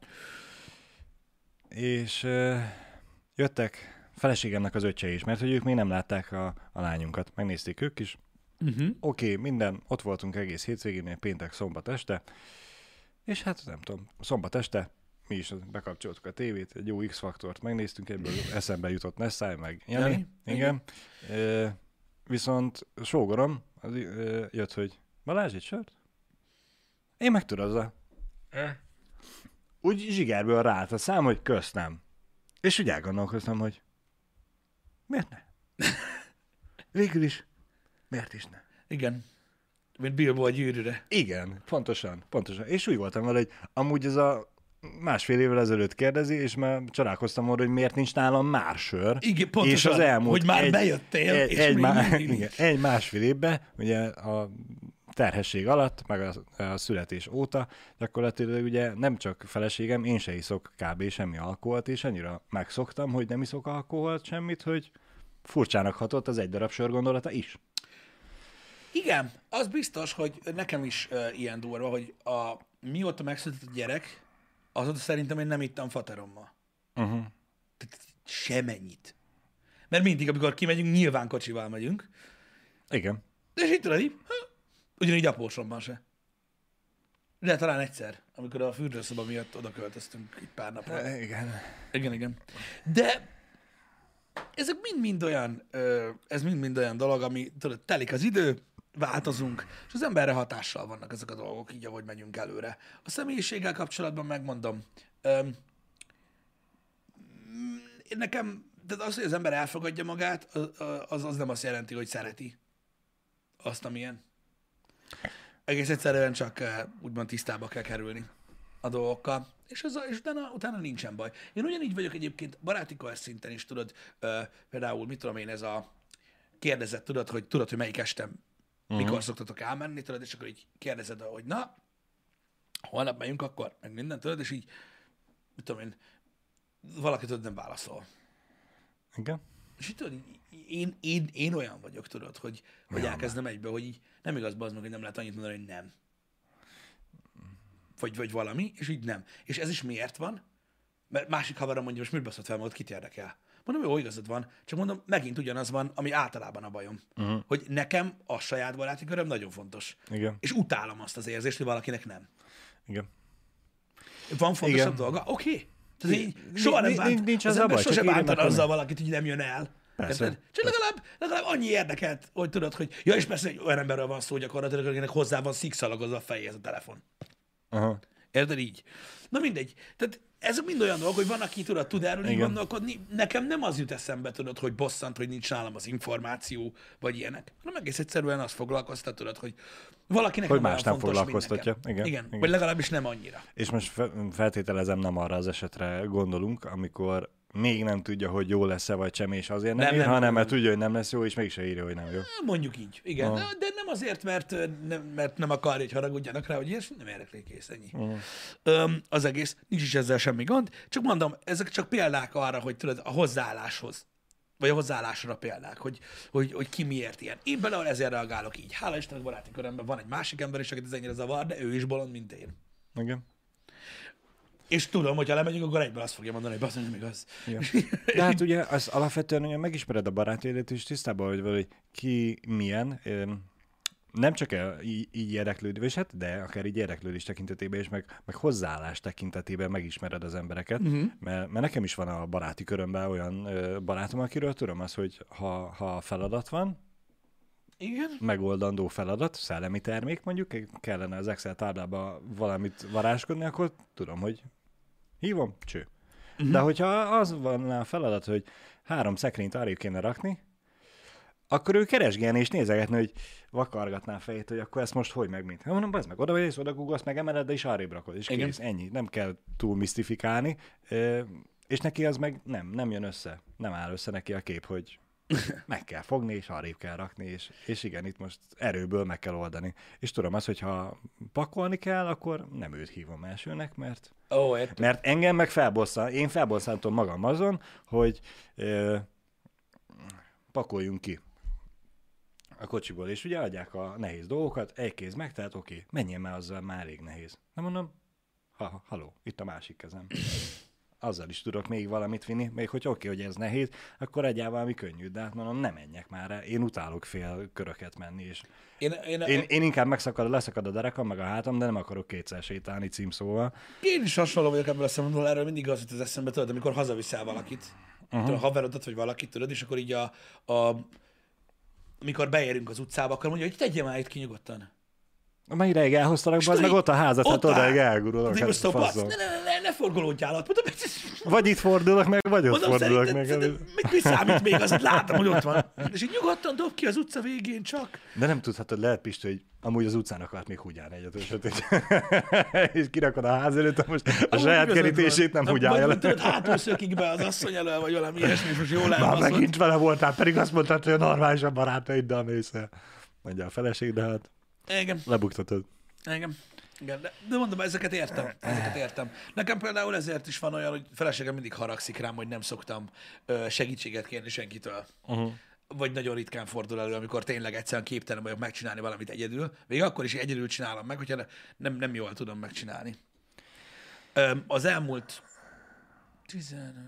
B: És jöttek feleségemnek az öccse is, mert hogy ők még nem látták a, a lányunkat. Megnézték ők is. Uh-huh. Oké, okay, minden, ott voltunk egész hétvégén, péntek, szombat este. És hát nem tudom, szombat este mi is bekapcsoltuk a tévét, egy jó X-faktort megnéztünk, ebből eszembe jutott Nessai, meg Jani. Igen. igen. E, viszont sógorom az, e, jött, hogy Balázs, egy sört? Én meg tudod, úgy zsigerből ráállt a szám, hogy kösz nem. És úgy elgondolkoztam, hogy miért ne? Végül is, miért is ne?
A: Igen. Mint Bilbo a gyűrűre.
B: Igen, pontosan, pontosan. És úgy voltam vele, hogy amúgy ez a másfél évvel ezelőtt kérdezi, és már csodálkoztam arra, hogy miért nincs nálam már sör.
A: Igen, pontosan,
B: és az elmúlt
A: hogy már
B: egy,
A: bejöttél,
B: egy,
A: és
B: egy,
A: még
B: má,
A: mindig
B: igen, egy másfél évben, ugye a terhesség alatt, meg a, a születés óta, gyakorlatilag ugye nem csak feleségem, én se iszok kb. Semmi alkoholt, és annyira megszoktam, hogy nem iszok alkoholt, semmit, hogy furcsának hatott az egy darab sör gondolata is.
A: Igen, az biztos, hogy nekem is uh, ilyen durva, hogy a, mióta megszületett a gyerek, azóta szerintem én nem ittam faterommal.
B: Uh-huh.
A: Tehát semennyit. Mert mindig, amikor kimegyünk, nyilván kocsival megyünk.
B: Igen.
A: És így tudod, így, ha, ugyanígy apósomban se. De talán egyszer, amikor a fürdőszoba miatt oda költöztünk egy pár napra.
B: E, igen.
A: Igen, igen. De ezek mind-mind olyan, ö, ez mind-mind olyan dolog, ami tudod, telik az idő, változunk, és az emberre hatással vannak ezek a dolgok, így, ahogy megyünk előre. A személyiséggel kapcsolatban megmondom, ö, nekem, tehát az, hogy az ember elfogadja magát, az, az nem azt jelenti, hogy szereti azt, amilyen. Egész egyszerűen csak úgymond tisztába kell kerülni a dolgokkal, és, az, és utána, utána nincsen baj. Én ugyanígy vagyok egyébként baráti kör szinten is, tudod, például, mit tudom én, ez a kérdezett, tudod, hogy tudod, hogy melyik estem, uh-huh. mikor szoktatok elmenni, tudod, és akkor így kérdezed, hogy na, holnap megyünk akkor, meg minden, tudod, és így, mit tudom én, valaki tudod, nem válaszol.
B: Igen.
A: És így tudod, én, én, én olyan vagyok, tudod, hogy, hogy elkezdem egybe, hogy így nem igaz, bazd meg, hogy nem lehet annyit mondani, hogy nem. Vagy, vagy valami, és így nem. És ez is miért van? Mert másik haverom mondja, most mit baszott fel, mondod, kit érdekel? Mondom, jó, igazad van, csak mondom, megint ugyanaz van, ami általában a bajom. Uh-huh. Hogy nekem a saját baráti köröm nagyon fontos.
B: Igen.
A: És utálom azt az érzést, hogy valakinek nem.
B: Igen.
A: Van fontosabb
B: Igen.
A: dolga? Oké. Okay. Tehát így soha nem bánt,
B: nincs, nincs
A: az,
B: az
A: ember
B: baj,
A: sose bántana azzal valakit, hogy nem jön el.
B: Persze.
A: Érted? Csak legalább, legalább annyi érdekelt, hogy tudod, hogy ja, és persze, hogy olyan emberről van szó gyakorlatilag, akinek hozzá van szikszalagozva a fejéhez a telefon.
B: Aha.
A: Érted így? Na mindegy. Tehát ezek mind olyan dolgok, hogy van, aki tudod, tud erről így gondolkodni. Nekem nem az jut eszembe, tudod, hogy bosszant, hogy nincs nálam az információ, vagy ilyenek. Hanem egész egyszerűen azt foglalkoztat, tudod, hogy valakinek
B: hogy
A: nem
B: más
A: olyan
B: nem
A: fontos,
B: foglalkoztatja. Igen,
A: igen.
B: igen.
A: Vagy legalábbis nem annyira.
B: És most feltételezem, nem arra az esetre gondolunk, amikor még nem tudja, hogy jó lesz-e vagy sem, és azért nem, nem, ír, nem hanem mert tudja, hogy nem lesz jó, és mégis se írja, hogy nem jó.
A: Mondjuk így, igen.
B: Ah.
A: De nem azért, mert nem, mert nem akarja, hogy haragudjanak rá, hogy ilyesmi, nem érdekli, kész, ennyi.
B: Ah.
A: Öm, az egész, nincs is ezzel semmi gond. Csak mondom, ezek csak példák arra, hogy tudod, a hozzáálláshoz, vagy a hozzáállásra példák, hogy, hogy, hogy ki miért ilyen. Én belőle ezért reagálok így. Hála Istennek baráti körömben van egy másik ember is, akit ez ennyire zavar, de ő is bolond, mint én.
B: Igen.
A: És tudom, hogyha lemegyünk, akkor egyből azt fogja mondani, hogy basz, nem igaz.
B: De hát ugye az alapvetően ugye megismered a barátaidat, és tisztában vagy vele, hogy ki milyen, nem csak így, így érdeklődő, és hát de akár így érdeklődés tekintetében is, meg, meg hozzáállás tekintetében megismered az embereket, uh-huh. mert, mert nekem is van a baráti körömben olyan barátom, akiről tudom azt, hogy ha, ha feladat van,
A: igen?
B: megoldandó feladat, szellemi termék mondjuk, kellene az Excel táblába valamit varázskodni, akkor tudom, hogy hívom, cső. Uh-huh. De hogyha az van a feladat, hogy három szekrényt arrébb kéne rakni, akkor ő keresgélni és nézegetni, hogy vakargatná a fejét, hogy akkor ezt most hogy meg mint. Hát mondom, ez meg oda vagy, oda googolsz, meg emeled, de is arrébb rakod, és kész, ennyi. Nem kell túl misztifikálni, és neki az meg nem, nem jön össze. Nem áll össze neki a kép, hogy meg kell fogni, és arrébb kell rakni, és, és igen, itt most erőből meg kell oldani. És tudom azt, hogy ha pakolni kell, akkor nem őt hívom elsőnek, mert,
A: oh,
B: mert engem meg felbosszant, én felbosszantom magam azon, hogy ö, pakoljunk ki a kocsiból, és ugye adják a nehéz dolgokat, egy kéz meg, tehát oké, okay, menjen már azzal, már elég nehéz. Nem mondom, ha, ha, haló, itt a másik kezem. Azzal is tudok még valamit vinni, még hogy oké, okay, hogy ez nehéz, akkor egyáltalán valami könnyű, de hát mondom, nem menjek már rá, én utálok fél köröket menni, és én, én, én, én inkább megszakad, leszakad a derekam, meg a hátam, de nem akarok kétszer sétálni címszóval.
A: Én is hasonló vagyok ebből a szempontból, erről mindig az jut az eszembe, tudod, amikor hazaviszel valakit, uh-huh. tudod, haverodat vagy valakit, tudod, és akkor így a, a amikor beérünk az utcába, akkor mondja, hogy tegye már itt ki nyugodtan.
B: Már ideig elhoztalak, az meg ott a házat, hát odaig elgurulok.
A: Hát most hát, ne, ne, ne, ne forgolódjál ott. Mondom,
B: vagy itt fordulok meg, vagy ott
A: mondom,
B: fordulok meg.
A: Mit, mi számít még, azért látom, hogy ott van. És így nyugodtan dob ki az utca végén csak.
B: De nem tudhatod, lehet Pisti, hogy amúgy az utcán akart még húgyálni egyet, és kirakod a ház előtt, most a amúgy saját kerítését nem húgyálja le.
A: Tudod, hátul szökik be az asszony elől, vagy valami ilyesmi, és most jól elbaszott.
B: Már megint vele voltál, pedig azt mondtad, hogy a normális a barátaiddal mész el. Mondja a feleség, de hát
A: igen.
B: lebuktatod.
A: Igen. Igen, de, de mondom, ezeket értem. Ezeket értem. Nekem például ezért is van olyan, hogy feleségem mindig haragszik rám, hogy nem szoktam ö, segítséget kérni senkitől. Uh-huh. Vagy nagyon ritkán fordul elő, amikor tényleg egyszerűen képtelen vagyok megcsinálni valamit egyedül. Még akkor is egyedül csinálom meg, hogyha nem, nem jól tudom megcsinálni. Ö, az elmúlt... Tizen...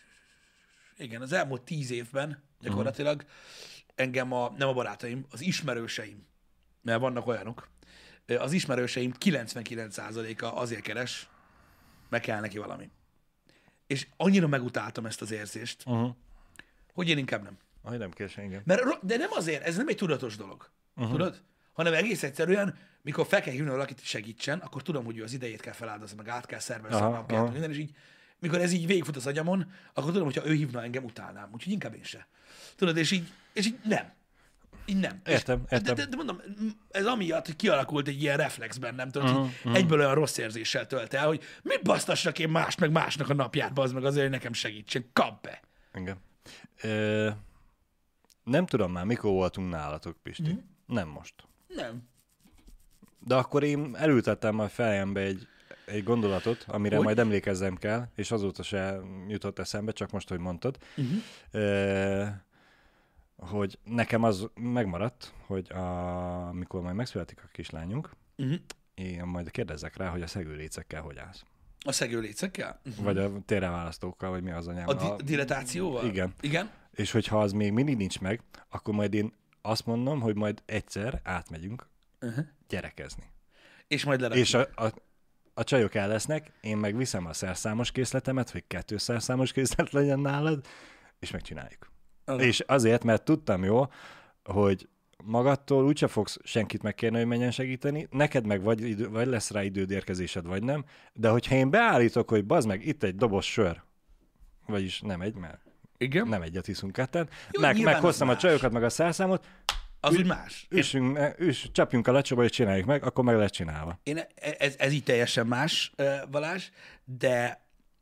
A: Igen, az elmúlt tíz évben gyakorlatilag engem a, nem a barátaim, az ismerőseim, mert vannak olyanok, az ismerőseim kilencvenkilenc százaléka azért keres, meg kell neki valami. És annyira megutáltam ezt az érzést, uh-huh. hogy én inkább nem.
B: Ahogy nem keres engem.
A: Mert, de nem azért, ez nem egy tudatos dolog, uh-huh. tudod? Hanem egész egyszerűen, mikor fel kell hívni valakit, hogy segítsen, akkor tudom, hogy ő az idejét kell feláldozni, meg át kell szervezni, meg kell minden, és így, mikor ez így végigfut az agyamon, akkor tudom, hogyha ő hívna engem, utálnám. Úgyhogy inkább én se. Tudod, és így, és így nem. Így nem.
B: Értem,
A: és,
B: értem.
A: De, de, de mondom, ez amiatt, hogy kialakult egy ilyen reflex bennem, tudod, uh-huh,
B: uh-huh.
A: egyből olyan rossz érzéssel tölt el, hogy mit basztassak én más, meg másnak a napját, az meg azért, hogy nekem segítsen. Kap be!
B: Engem. Ö, nem tudom már, mikor voltunk nálatok, Pisti. Uh-huh. Nem most.
A: Nem.
B: De akkor én elültettem a fejembe egy, egy gondolatot, amire hogy? Majd emlékezzem kell, és azóta se jutott eszembe, csak most, hogy mondtad. Uh-huh. Ö, hogy nekem az megmaradt, hogy a, amikor majd megszületik a kislányunk, uh-huh. én majd kérdezzek rá, hogy a szegőlécekkel hogy állsz.
A: A szegőlécekkel? Uh-huh.
B: Vagy a térreválasztókkal, vagy mi az a nyelv.
A: A, di- a diletációval?
B: Igen.
A: Igen.
B: És hogyha az még mindig nincs meg, akkor majd én azt mondom, hogy majd egyszer átmegyünk uh-huh. gyerekezni.
A: És majd lerakjuk.
B: És a, a, a csajok el lesznek, én meg viszem a szerszámos készletemet, hogy kettő szerszámos készlet legyen nálad, és megcsináljuk. Okay. És azért, mert tudtam jól, hogy magadtól úgyse fogsz senkit megkérni, hogy menjen segíteni, neked meg vagy, idő, vagy lesz rá időd érkezésed, vagy nem, de hogyha én beállítok, hogy bazd meg, itt egy doboz sör, vagyis nem egy, mert igen? Nem egyet iszunk ketten, jó, meg, meghoztam a csajokat, meg a szerszámot,
A: az úgy más.
B: Üssünk, üss, csapjunk a lecsóba, és csináljuk meg, akkor meg lesz csinálva.
A: Én, ez, ez így teljesen más, Balázs, de...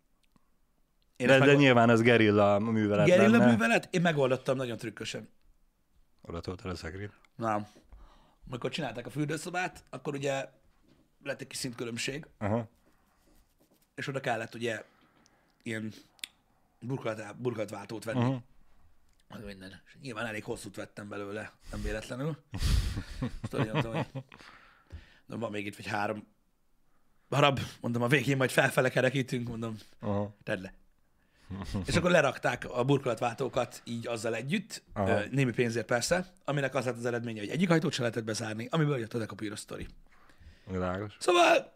B: Én de, de meg... nyilván az gerilla művelet
A: Gerilla
B: lenne.
A: művelet? Én megoldottam nagyon trükkösen.
B: Oda toltál a szegrényt?
A: Nem. Amikor csinálták a fürdőszobát, akkor ugye lett egy kis szintkülönbség, uh-huh. és oda kellett ugye ilyen burkolat, burkolatváltót venni. Uh-huh. Az minden. És nyilván elég hosszút vettem belőle, nem véletlenül. Azt mondtam, hogy de van még itt vagy három darab, mondom, a végén majd felfele kerekítünk, mondom, uh-huh. tedd le. És akkor lerakták a burkolatváltókat így azzal együtt, aha. némi pénzért persze, aminek az lett az eredménye, hogy egyik ajtót se lehetett bezárni, amiből jött a dekapíros sztori.
B: Világos.
A: Szóval...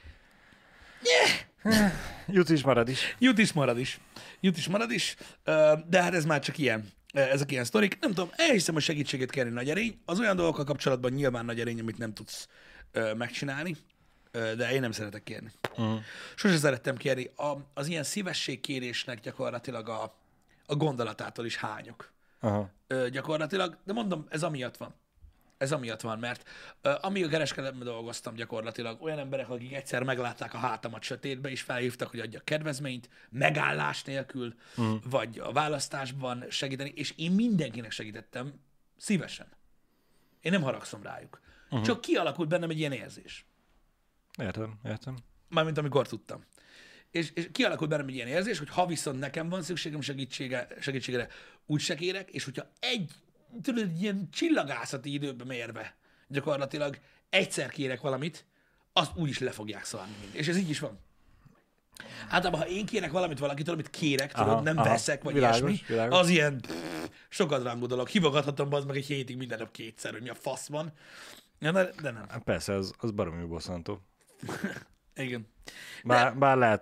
A: Yeah.
B: Jut is marad is.
A: Jut is marad is. Jut is marad is, de hát ez már csak ilyen. Ezek ilyen sztorik. Nem tudom, elhiszem, hogy segítséget kérni nagy erény. Az olyan dolgokkal kapcsolatban nyilván nagy erény, amit nem tudsz megcsinálni, de én nem szeretek kérni. Uh-huh. Sose szerettem kérni. A, az ilyen szívességkérésnek gyakorlatilag a, a gondolatától is hányok. Uh-huh. Ö, gyakorlatilag, de mondom, ez amiatt van. Ez amiatt van, mert ö, amíg a kereskedelemben dolgoztam gyakorlatilag, olyan emberek, akik egyszer meglátták a hátamat sötétbe, és felhívtak, hogy adjak kedvezményt, megállás nélkül, uh-huh. vagy a választásban segíteni, és én mindenkinek segítettem szívesen. Én nem haragszom rájuk. Uh-huh. Csak kialakult bennem egy ilyen érzés.
B: Értem, értem.
A: Mármint amikor tudtam. És, és kialakult bennem egy ilyen érzés, hogy ha viszont nekem van szükségem segítsége, segítségre, úgy se kérek, és hogyha egy, tudod, egy ilyen csillagászati időbe mérve gyakorlatilag egyszer kérek valamit, azt úgyis le fogják szalni mind. És ez így is van. Általában, ha én kérek valamit valakitől, amit kérek, tudod, aha, nem aha, veszek, vagy világos, ilyesmi, világos. Az ilyen pff, sokat rangú dolog. Hívogathatom az meg egy hétig minden nap kétszer, hogy mi a fasz van. Ja, de, de nem.
B: Persze, az, az baromi bosszantó.
A: Igen.
B: Bár, bár lehet, hogy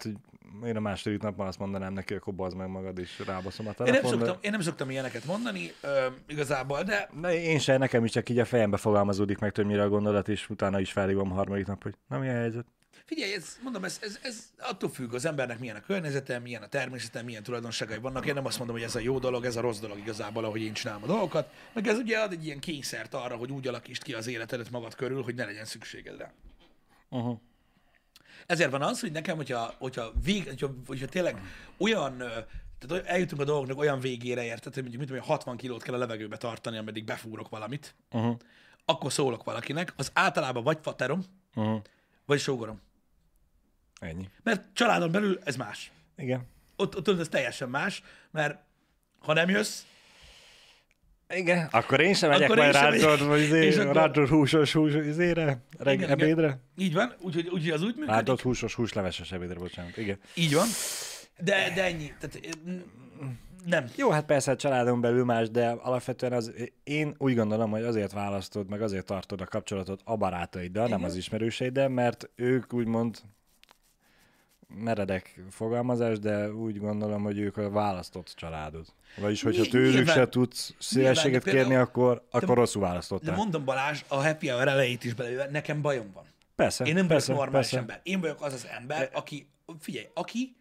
B: én a második napban azt mondanám neki, hogy akkor bazd meg magad, és rábaszom a
A: telefon. Én nem,
B: de...
A: szoktam, én nem szoktam ilyeneket mondani, ö, igazából, de...
B: de... én sem, nekem is csak így a fejembe fogalmazódik meg többnyire a gondolat, és utána is felhívom a harmadik nap, hogy na, mi a helyzet?
A: Figyelj, ez, mondom, ez, ez, ez attól függ az embernek, milyen a környezete, milyen a természete, milyen tulajdonságai vannak. Én nem azt mondom, hogy ez a jó dolog, ez a rossz dolog igazából, ahogy én csinálom a dolgokat. Meg ez ugye ad egy ilyen kényszert arra, hogy úgy alakítsd ki az életedet magad körül, hogy ne legyen szükséged rá.
B: Uh-huh.
A: Ezért van az, hogy nekem, hogyha, hogyha, vég, hogyha, hogyha tényleg olyan, tehát eljutunk a dolgoknak olyan végére, érted, hogy mondjuk mit tudom, hatvan kilót kell a levegőbe tartani, ameddig befúrok valamit,
B: uh-huh.
A: akkor szólok valakinek, az általában vagy faterom,
B: uh-huh.
A: vagy sógorom.
B: Ennyi.
A: Mert családon belül ez más.
B: Igen.
A: Ott, ott tudod, ez teljesen más, mert ha nem jössz...
B: Igen, akkor én sem megyek majd rádzsod, vagy izé,
A: akkor...
B: rádzsod húsos hús izére, reg, igen, ebédre.
A: Igen. Így van, úgyhogy úgy, az úgy működik.
B: Rádzsod húsos húsleveses ebédre, bocsánat, igen.
A: Így van, de, de ennyi. Tehát, nem.
B: Jó, hát persze a családon belül más, de alapvetően az, én úgy gondolom, hogy azért választod, meg azért tartod a kapcsolatot a barátaiddal, igen. nem az ismerőseiddel, mert ők úgymond meredek fogalmazás, de úgy gondolom, hogy ők a választott családod. Vagyis, hogyha tőlük nyilván, se tudsz szívességet kérni, például, akkor, akkor rosszul választottál.
A: De mondom, Balázs, a happy hour elejét is belőle, nekem bajom van.
B: Persze,
A: Én nem
B: persze,
A: vagyok normális
B: persze.
A: ember. Én vagyok az az ember, aki, figyelj, aki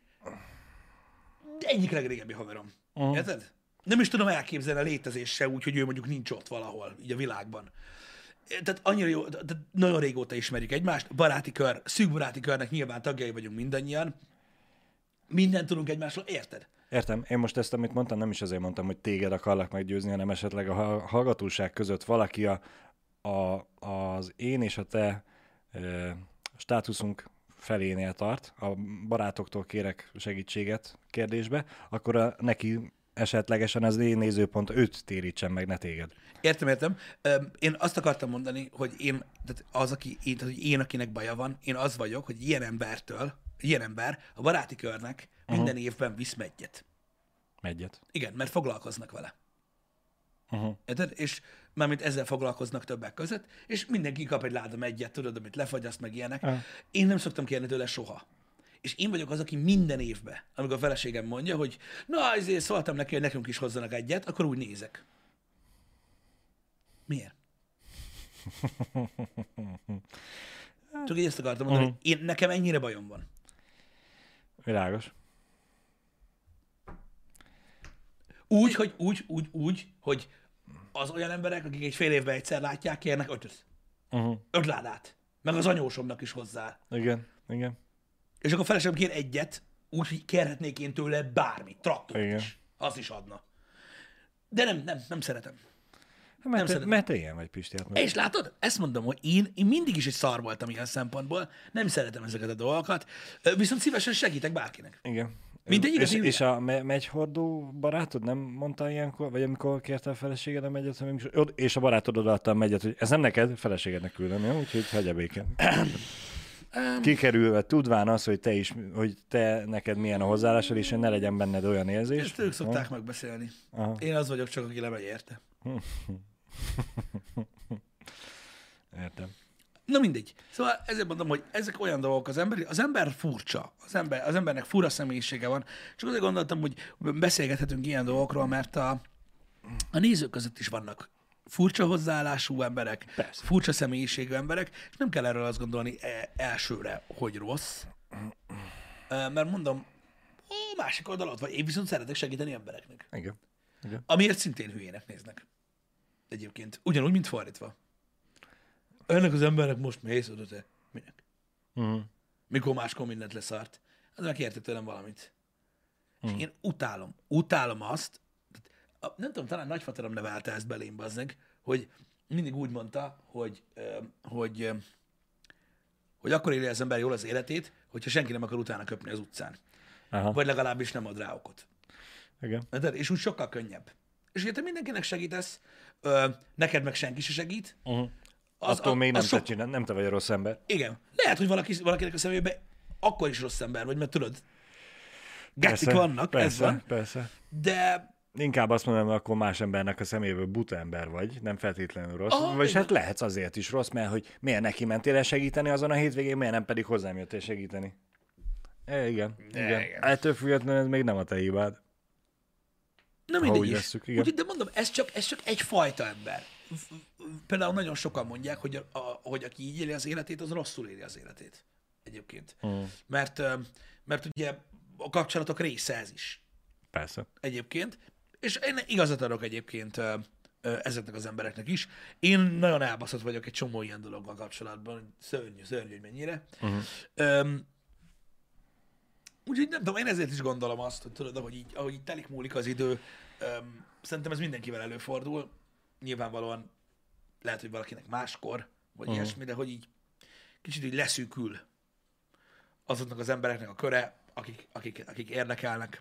A: egyik legrégebbi haverom. Uh-huh. Érted? Nem is tudom elképzelni a létezés se úgy, hogy ő mondjuk nincs ott valahol, így a világban. Tehát annyira jó, tehát nagyon régóta ismerjük egymást, baráti kör, szűk baráti körnek nyilván tagjai vagyunk mindannyian, mindent tudunk egymásról, érted?
B: Értem. Én most ezt, amit mondtam, nem is azért mondtam, hogy téged akarlak meggyőzni, hanem esetleg a hallgatóság között valaki a, a, az én és a te e, státuszunk felénél tart, a barátoktól kérek segítséget kérdésbe, akkor a, neki esetlegesen az én nézőpont őt térítsen meg, ne téged.
A: Értem, értem. Én azt akartam mondani, hogy én, tehát az, aki, én, tehát, hogy én, akinek baja van, én az vagyok, hogy ilyen embertől, ilyen ember a baráti körnek minden uh-huh. évben visz meggyet.
B: Meggyet.
A: Igen, mert foglalkoznak vele.
B: Uh-huh.
A: Érted? És mármint ezzel foglalkoznak többek között, és mindenki kap egy láda meggyet, tudod, amit lefagyaszt, meg ilyenek. Uh-huh. Én nem szoktam kérni tőle soha. És én vagyok az, aki minden évben, amikor a feleségem mondja, hogy na, ezért szóltam neki, hogy nekünk is hozzanak egyet, akkor úgy nézek. Miért? Csak így ezt akartam mondani, uh-huh. hogy én, nekem ennyire bajom van.
B: Világos.
A: Úgy, hogy, úgy, úgy, úgy, hogy az olyan emberek, akik egy fél évben egyszer látják, kérnek ötöt.
B: Uh-huh.
A: Öt ládát. Meg az anyósomnak is hozzá.
B: Igen, igen.
A: És akkor a feleségem kér egyet, úgy, hogy kérhetnék én tőle bármit, traktort
B: igen.
A: is. Az is adna. De nem, nem, nem szeretem.
B: Mert, nem te, szeretem. Mert te ilyen vagy, Pisti.
A: És látod, ezt mondom, hogy én, én mindig is egy szar voltam ilyen szempontból, nem szeretem ezeket a dolgokat, viszont szívesen segítek bárkinek.
B: Igen.
A: Mint egy
B: és, és a me- megyhordó barátod nem mondta ilyenkor, vagy amikor kérte a feleséged a megyet, és a barátod odaadta a megyet, hogy ez nem neked, feleségednek küldöm, jó? Úgyhogy hagyja békén. Um, Kikerülve, tudván az, hogy te is, hogy te neked milyen a hozzáállásod, és ne legyen benned olyan érzés.
A: Ezt ők szokták ha? megbeszélni. Aha. Én az vagyok csak, aki lemegy érte.
B: Értem.
A: Na mindegy. Szóval ezért mondom, hogy ezek olyan dolgok az ember, az ember furcsa, az, ember, az embernek fura személyisége van, csak azért gondoltam, hogy beszélgethetünk ilyen dolgokról, mert a, a nézők között is vannak furcsa hozzáállású emberek, persze. Furcsa személyiségű emberek, és nem kell erről azt gondolni elsőre, hogy rossz. Mert mondom, a másik oldalot vagy, én viszont szeretek segíteni embereknek.
B: Igen. Igen.
A: Amiért szintén hülyének néznek. Egyébként. Ugyanúgy, mint fordítva. Ennek az embernek most mész oda, te. Minek?
B: Uh-huh.
A: Mikor máskor mindent leszart. Az meg kérte tőlem valamit.
B: Uh-huh.
A: És én utálom. Utálom azt, nem tudom, talán nagyfaterom nevelte ezt belém, bazdmeg, hogy mindig úgy mondta, hogy, hogy, hogy akkor élje az ember jól az életét, hogyha senki nem akar utána köpni az utcán.
B: Aha.
A: Vagy legalábbis nem ad rá okot.
B: Igen.
A: És úgy sokkal könnyebb. És ugye te mindenkinek segítesz, neked meg senki se segít.
B: Uh-huh. Az, Attól a, még nem, sok... te csinál, nem te vagy a rossz ember.
A: Igen. Lehet, hogy valaki, valakinek a szemében akkor is rossz ember vagy, mert tudod, gettik vannak,
B: persze,
A: ez van.
B: Persze.
A: De...
B: Inkább azt mondom, hogy akkor más embernek a szeméből buta ember vagy, nem feltétlenül rossz.
A: Aha,
B: Vagyis hát lehetsz azért is rossz, mert hogy miért neki mentél el segíteni azon a hétvégén, miért nem pedig hozzám jöttél segíteni. É, igen.
A: De
B: igen.
A: igen.
B: Ettől függetlenül ez még nem a te hibád.
A: Nem
B: Ha
A: mindegy
B: úgy
A: is.
B: vesszük, igen.
A: Úgy, de mondom, ez csak, ez csak egyfajta ember. Például nagyon sokan mondják, hogy, a, a, hogy aki így éli az életét, az rosszul éli az életét. Egyébként.
B: Mm.
A: Mert, ö, mert ugye a kapcsolatok része ez is.
B: Persze.
A: Egyébként. És én igazat adok egyébként ö, ö, ezeknek az embereknek is. Én nagyon elbaszott vagyok egy csomó ilyen dologgal kapcsolatban. Szörnyű, szörnyű, hogy mennyire.
B: Uh-huh.
A: Öm, úgyhogy nem tudom, én ezért is gondolom azt, hogy tudod, ahogy így, ahogy így telik múlik az idő, öm, szerintem ez mindenkivel előfordul. Nyilvánvalóan lehet, hogy valakinek máskor, vagy uh-huh. ilyesmi, de hogy így kicsit így leszűkül azoknak az embereknek a köre, akik, akik, akik érdekelnek.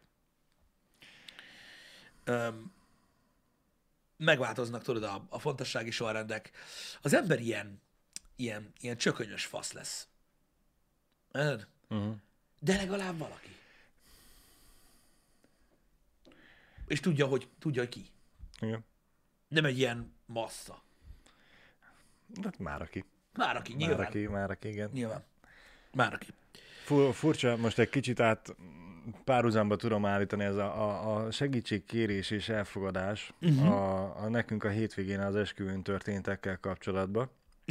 A: Öm, megváltoznak, tudod, a, a fontossági sorrendek. Az ember ilyen, ilyen, ilyen csökönyös fasz lesz. Érted?
B: Uh-huh.
A: De legalább valaki. És tudja, hogy, tudja, hogy ki.
B: Igen.
A: Nem egy ilyen massza.
B: De már aki.
A: Már aki,
B: Már
A: nyilván.
B: aki, már aki, igen.
A: Nyilván. Már aki.
B: Fu- furcsa, most egy kicsit át párhuzamba tudom állítani, ez a, a, a segítségkérés és elfogadás uh-huh. a, a nekünk a hétvégén az esküvőn történtekkel kapcsolatban.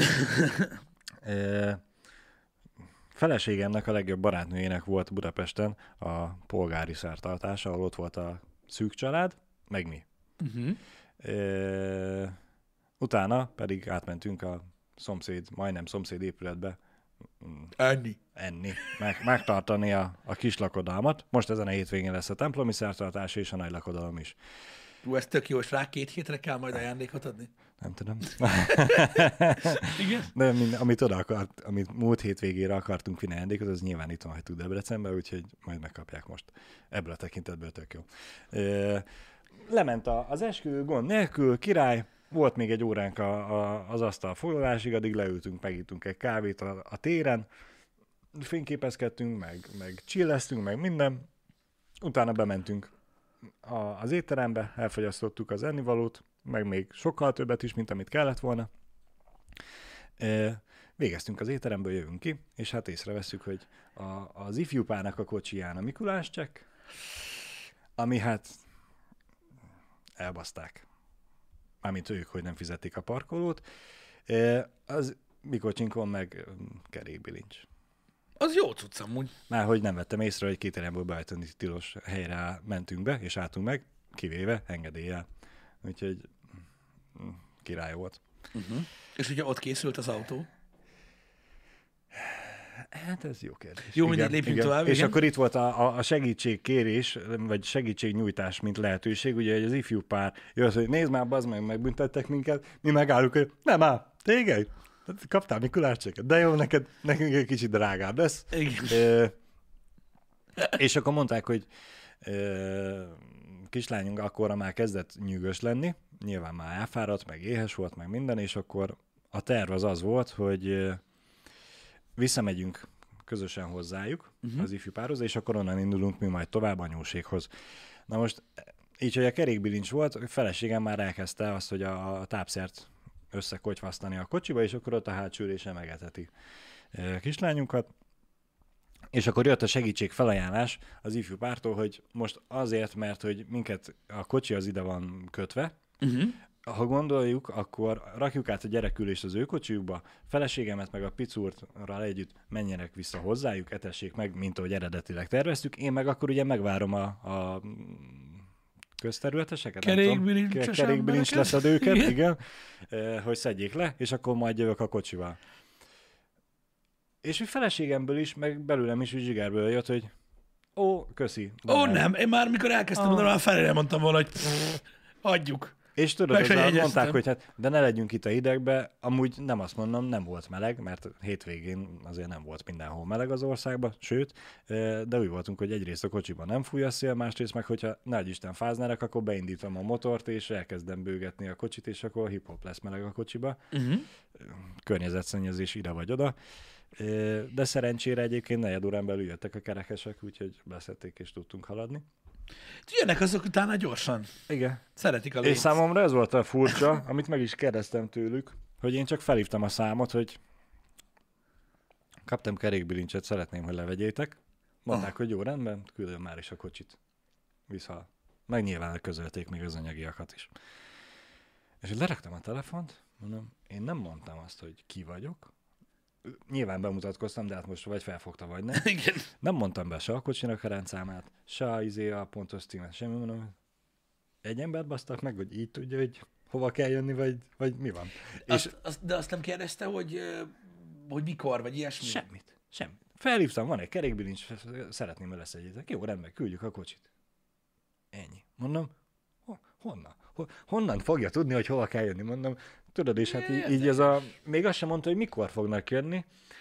B: e, feleségemnek a legjobb barátnőjének volt Budapesten a polgári szertartás, ahol ott volt a szűk család, meg mi.
A: Uh-huh.
B: E, utána pedig átmentünk a szomszéd, majdnem szomszéd épületbe
A: Enni.
B: enni, meg, megtartani a, a kis lakodalmat. Most ezen a hétvégén lesz a templomi szertartás és a nagy lakodalom is.
A: Ú, ez tök jó, és rá két hétre kell majd ajándékot adni?
B: Nem tudom.
A: Igen?
B: De mind, amit oda akart, amit múlt hétvégére akartunk vinni ajándékot, az nyilván itt van hagytuk Debrecenbe, úgyhogy majd megkapják most. Ebből a tekintetből tök jó. E, lement a, az esküvő gond nélkül, király. Volt még egy óránk a, a, az asztal foglalásig, addig leültünk, megittunk egy kávét a, a téren, fényképezkedtünk, meg, meg chilleztünk, meg minden. Utána bementünk a, az étterembe, elfogyasztottuk az ennivalót, meg még sokkal többet is, mint amit kellett volna. E, végeztünk az étteremből, jövünk ki, és hát észrevesszük, hogy a, az ifjúpának a kocsiján a Mikulás csekk, ami hát elbaszták. Mármint ők, hogy nem fizetik a parkolót. Az mi kocsinkon meg kerékbilincs.
A: Az jó cucc amúgy.
B: Már hogy nem vettem észre, hogy két irányból beállítani tilos helyre mentünk be, és álltunk meg, kivéve engedéllyel. Úgyhogy király volt.
A: Uh-huh. És ugye ott készült az autó?
B: Hát ez jó kérdés.
A: Jó, mindegy, lépjünk tovább.
B: És
A: igen.
B: akkor itt volt a, a segítségkérés, vagy segítségnyújtás, mint lehetőség. Ugye egy az ifjú pár jött, hogy nézd már, bazd meg, megbüntettek minket. Mi megállunk, hogy nem áll, téged? Kaptál Mikulás csekket? De jó, neked, nekünk egy kicsit drágább lesz.
A: Igen.
B: E, és akkor mondták, hogy e, kislányunk akkorra már kezdett nyűgös lenni. Nyilván már elfáradt, meg éhes volt, meg minden, és akkor a terv az az volt, hogy visszamegyünk közösen hozzájuk, uh-huh. az ifjú párhoz, és akkor onnan indulunk mi majd tovább anyóséghoz. Na most, így, hogy a kerékbilincs volt, a feleségem már elkezdte azt, hogy a, a tápszert összekotyvasztani a kocsiba, és akkor ott a hátsó ülésen megeteti a kislányunkat. És akkor jött a segítség felajánlás az ifjú pártól, hogy most azért, mert hogy minket a kocsi az ide van kötve, uh-huh. ha gondoljuk, akkor rakjuk át a gyerekülést az ő kocsiukba, feleségemet meg a picurral együtt menjenek vissza hozzájuk, etessék meg, mint ahogy eredetileg terveztük. Én meg akkor ugye megvárom a, a közterületeseket,
A: kerékbilincs
B: kerékbilincs leszedőket, igen, igen, hogy szedjék le, és akkor majd jövök a kocsival. És hogy feleségemből is, meg belőlem is, hogy zsigerből jött, hogy ó, köszi.
A: Ó, nem. nem, én már mikor elkezdtem ah. mondani, már felére mondtam volna, hogy hagyjuk.
B: És tudod, azzal mondták, hogy hát, de ne legyünk itt a hidegbe, amúgy nem azt mondom, nem volt meleg, mert hétvégén azért nem volt mindenhol meleg az országban, sőt, de úgy voltunk, hogy egyrészt a kocsiban nem fúj a szél, másrészt meg, hogyha nagy Isten fáznának, akkor beindítom a motort, és elkezdem bőgetni a kocsit, és akkor hip-hop lesz meleg a kocsiba. Uh-huh. Környezetszennyezés ide vagy oda. De szerencsére egyébként negyed órán belül jöttek a kerekesek, úgyhogy beszedték és tudtunk haladni.
A: Jönnek azok utána gyorsan.
B: Igen.
A: Szeretik a lényt.
B: És számomra ez volt a furcsa, amit meg is kérdeztem tőlük, hogy én csak felhívtam a számot, hogy kaptam kerékbilincset, szeretném, hogy levegyétek. Mondták, ah. hogy jó, rendben, küldöm már is a kocsit. Vissza. Meg nyilván közölték még az anyagiakat is. És leraktam a telefont, mondom, én nem mondtam azt, hogy ki vagyok. Nyilván bemutatkoztam, de hát most vagy felfogta, vagy nem.
A: Igen.
B: Nem mondtam be se a kocsinak a rendszámát, se a, izé, a pontos címet, semmi, mondom, egy embert basztak meg, hogy így tudja, hogy hova kell jönni, vagy, vagy mi van.
A: Azt, és... azt, de azt nem kérdezte, hogy, hogy mikor, vagy ilyesmi?
B: Semmit, semmit. Felhívtam, van egy kerékbilincs, szeretném, hogy leszedjétek. Jó, rendben, küldjük a kocsit. Ennyi. Mondom, honnan? Honnan fogja tudni, hogy hova kell jönni? Mondom, tudod, és hát így, így ez a... Még azt sem mondta, hogy mikor fognak jönni.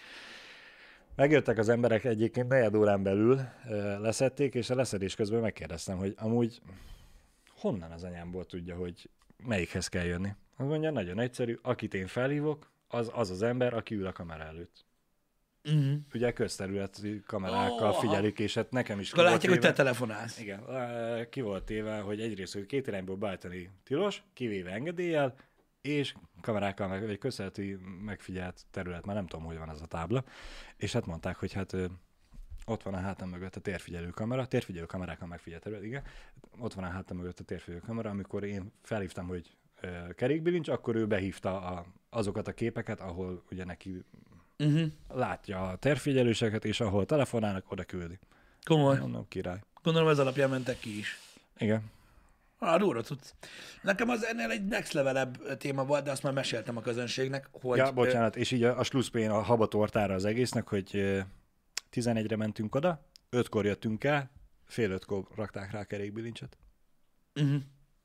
B: Megjöttek az emberek egyébként negyed órán belül, leszedték, és a leszedés közben megkérdeztem, hogy amúgy honnan az anyámból tudja, hogy melyikhez kell jönni. Azt mondja, nagyon egyszerű, akit én felhívok, az az, az ember, aki ül a kamera előtt. Uh-huh. Ugye közterületi kamerákkal oh, figyelik, és hát nekem is...
A: Akkor látják, hogy te telefonálsz.
B: Igen, ki volt téve, hogy egyrészt, hogy két irányból beállítani tilos, kivéve engedéllyel, és kamerákkal, meg, vagy közterületi megfigyelt terület, már nem tudom, hogy van az a tábla, és hát mondták, hogy hát ott van a hátam mögött a térfigyelő kamera, térfigyelő kamerákkal megfigyelt terület, igen, ott van a hátam mögött a térfigyelő kamera, amikor én felhívtam, hogy kerékbilincs, akkor ő behívta a, azokat a képeket, ahol ugye neki uh-huh. látja a térfigyelőseket, és ahol telefonálnak, oda küldi.
A: Komoly.
B: Mondom, király.
A: Gondolom ez alapján mentek ki is.
B: Igen.
A: Ah, durva tudsz. Nekem az ennél egy next level-ebb téma volt, de azt már meséltem a közönségnek, hogy...
B: Ja, bocsánat, és így a, a slusszpén a habatortára az egésznek, hogy tizenegyre mentünk oda, ötkor jöttünk el, fél ötkor rakták rá a kerékbilincset.
A: Uh-huh.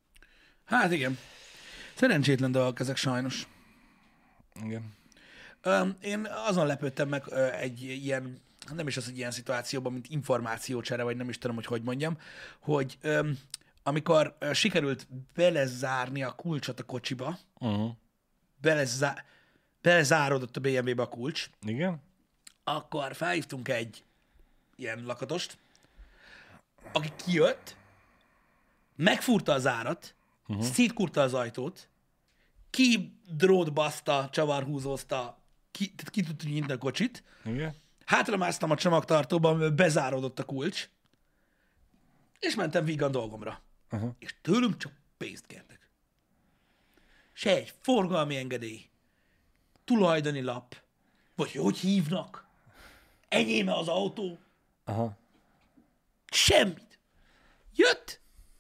A: Hát igen. Szerencsétlen dolgok ezek sajnos.
B: Igen.
A: Um, én azon lepődtem meg uh, egy ilyen, nem is az egy ilyen szituációban, mint információcsere, vagy nem is tudom, hogy hogy mondjam, hogy um, amikor uh, sikerült belezárni a kulcsot a kocsiba, uh-huh. belezá- belezárodott a bé em vé-be a kulcs,
B: igen.
A: Akkor felhívtunk egy ilyen lakatost, aki kijött, megfúrta az árat, uh-huh. szétkurta az ajtót, ki drótbaszta, csavarhúzózta, ki, ki tudta nyitni a kocsit,
B: igen.
A: hátramásztam a csomagtartóba, amiben bezáródott a kulcs, és mentem vígan dolgomra. Uh-huh. És tőlünk csak pénzt kértek. Se egy forgalmi engedély, tulajdoni lap, vagy hogy hívnak, enyéme az autó,
B: aha.
A: Semmit. Jött,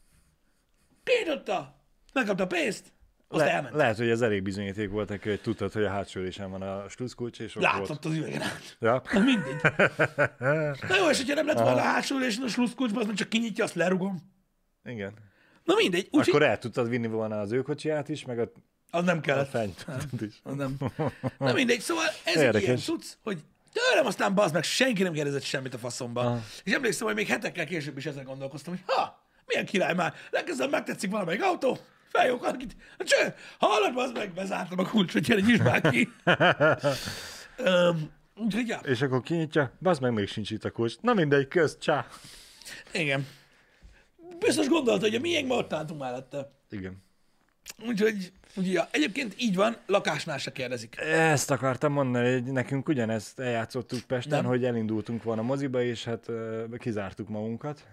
A: kinyitotta, megkapta a pénzt, azt Le- elment.
B: Lehet, hogy ez elég bizonyíték volt neki, hogy tudtad, hogy a hátsó ülésen van a slusszkulcs, és ott
A: látott
B: volt.
A: az üvegen át.
B: Ja.
A: Na mindegy. Na jó, és hogyha nem lett volna a hátsó ülésen a slusszkulcsba, azt csak kinyitja, azt lerugom.
B: Igen.
A: Na mindegy. Úgy,
B: akkor el tudtad vinni volna az ő kocsiját is, meg a...
A: Az nem kellett.
B: A fenytet is.
A: Az nem. Na mindegy, szóval ez érdekes. Egy ilyen cucc, hogy tőlem aztán bazd meg, senki nem kérdezett semmit a faszomba. Aha. És emlékszem, hogy még hetekkel később is ezen gondolkoztam, hogy ha, milyen király már, legközelebb megtetszik valamelyik autó, feljók valakit, cső, hallod, bazd meg, bezártam a kulcsot, gyere, nyisd már ki. um, úgyhogy, ja.
B: És akkor kinyitja, bazd meg, még sincs itt a kulcs. Na mindegy, kösz, csá.
A: Igen. Biztos gondolta, hogy a miénk ma ott álltunk mellette.
B: Igen.
A: Úgyhogy, úgyhogy ja. Egyébként így van, lakásnál se kérdezik.
B: Ezt akartam mondani, hogy nekünk ugyanezt eljátszottuk Pesten, nem? Hogy elindultunk volna moziba, és hát uh, kizártuk magunkat.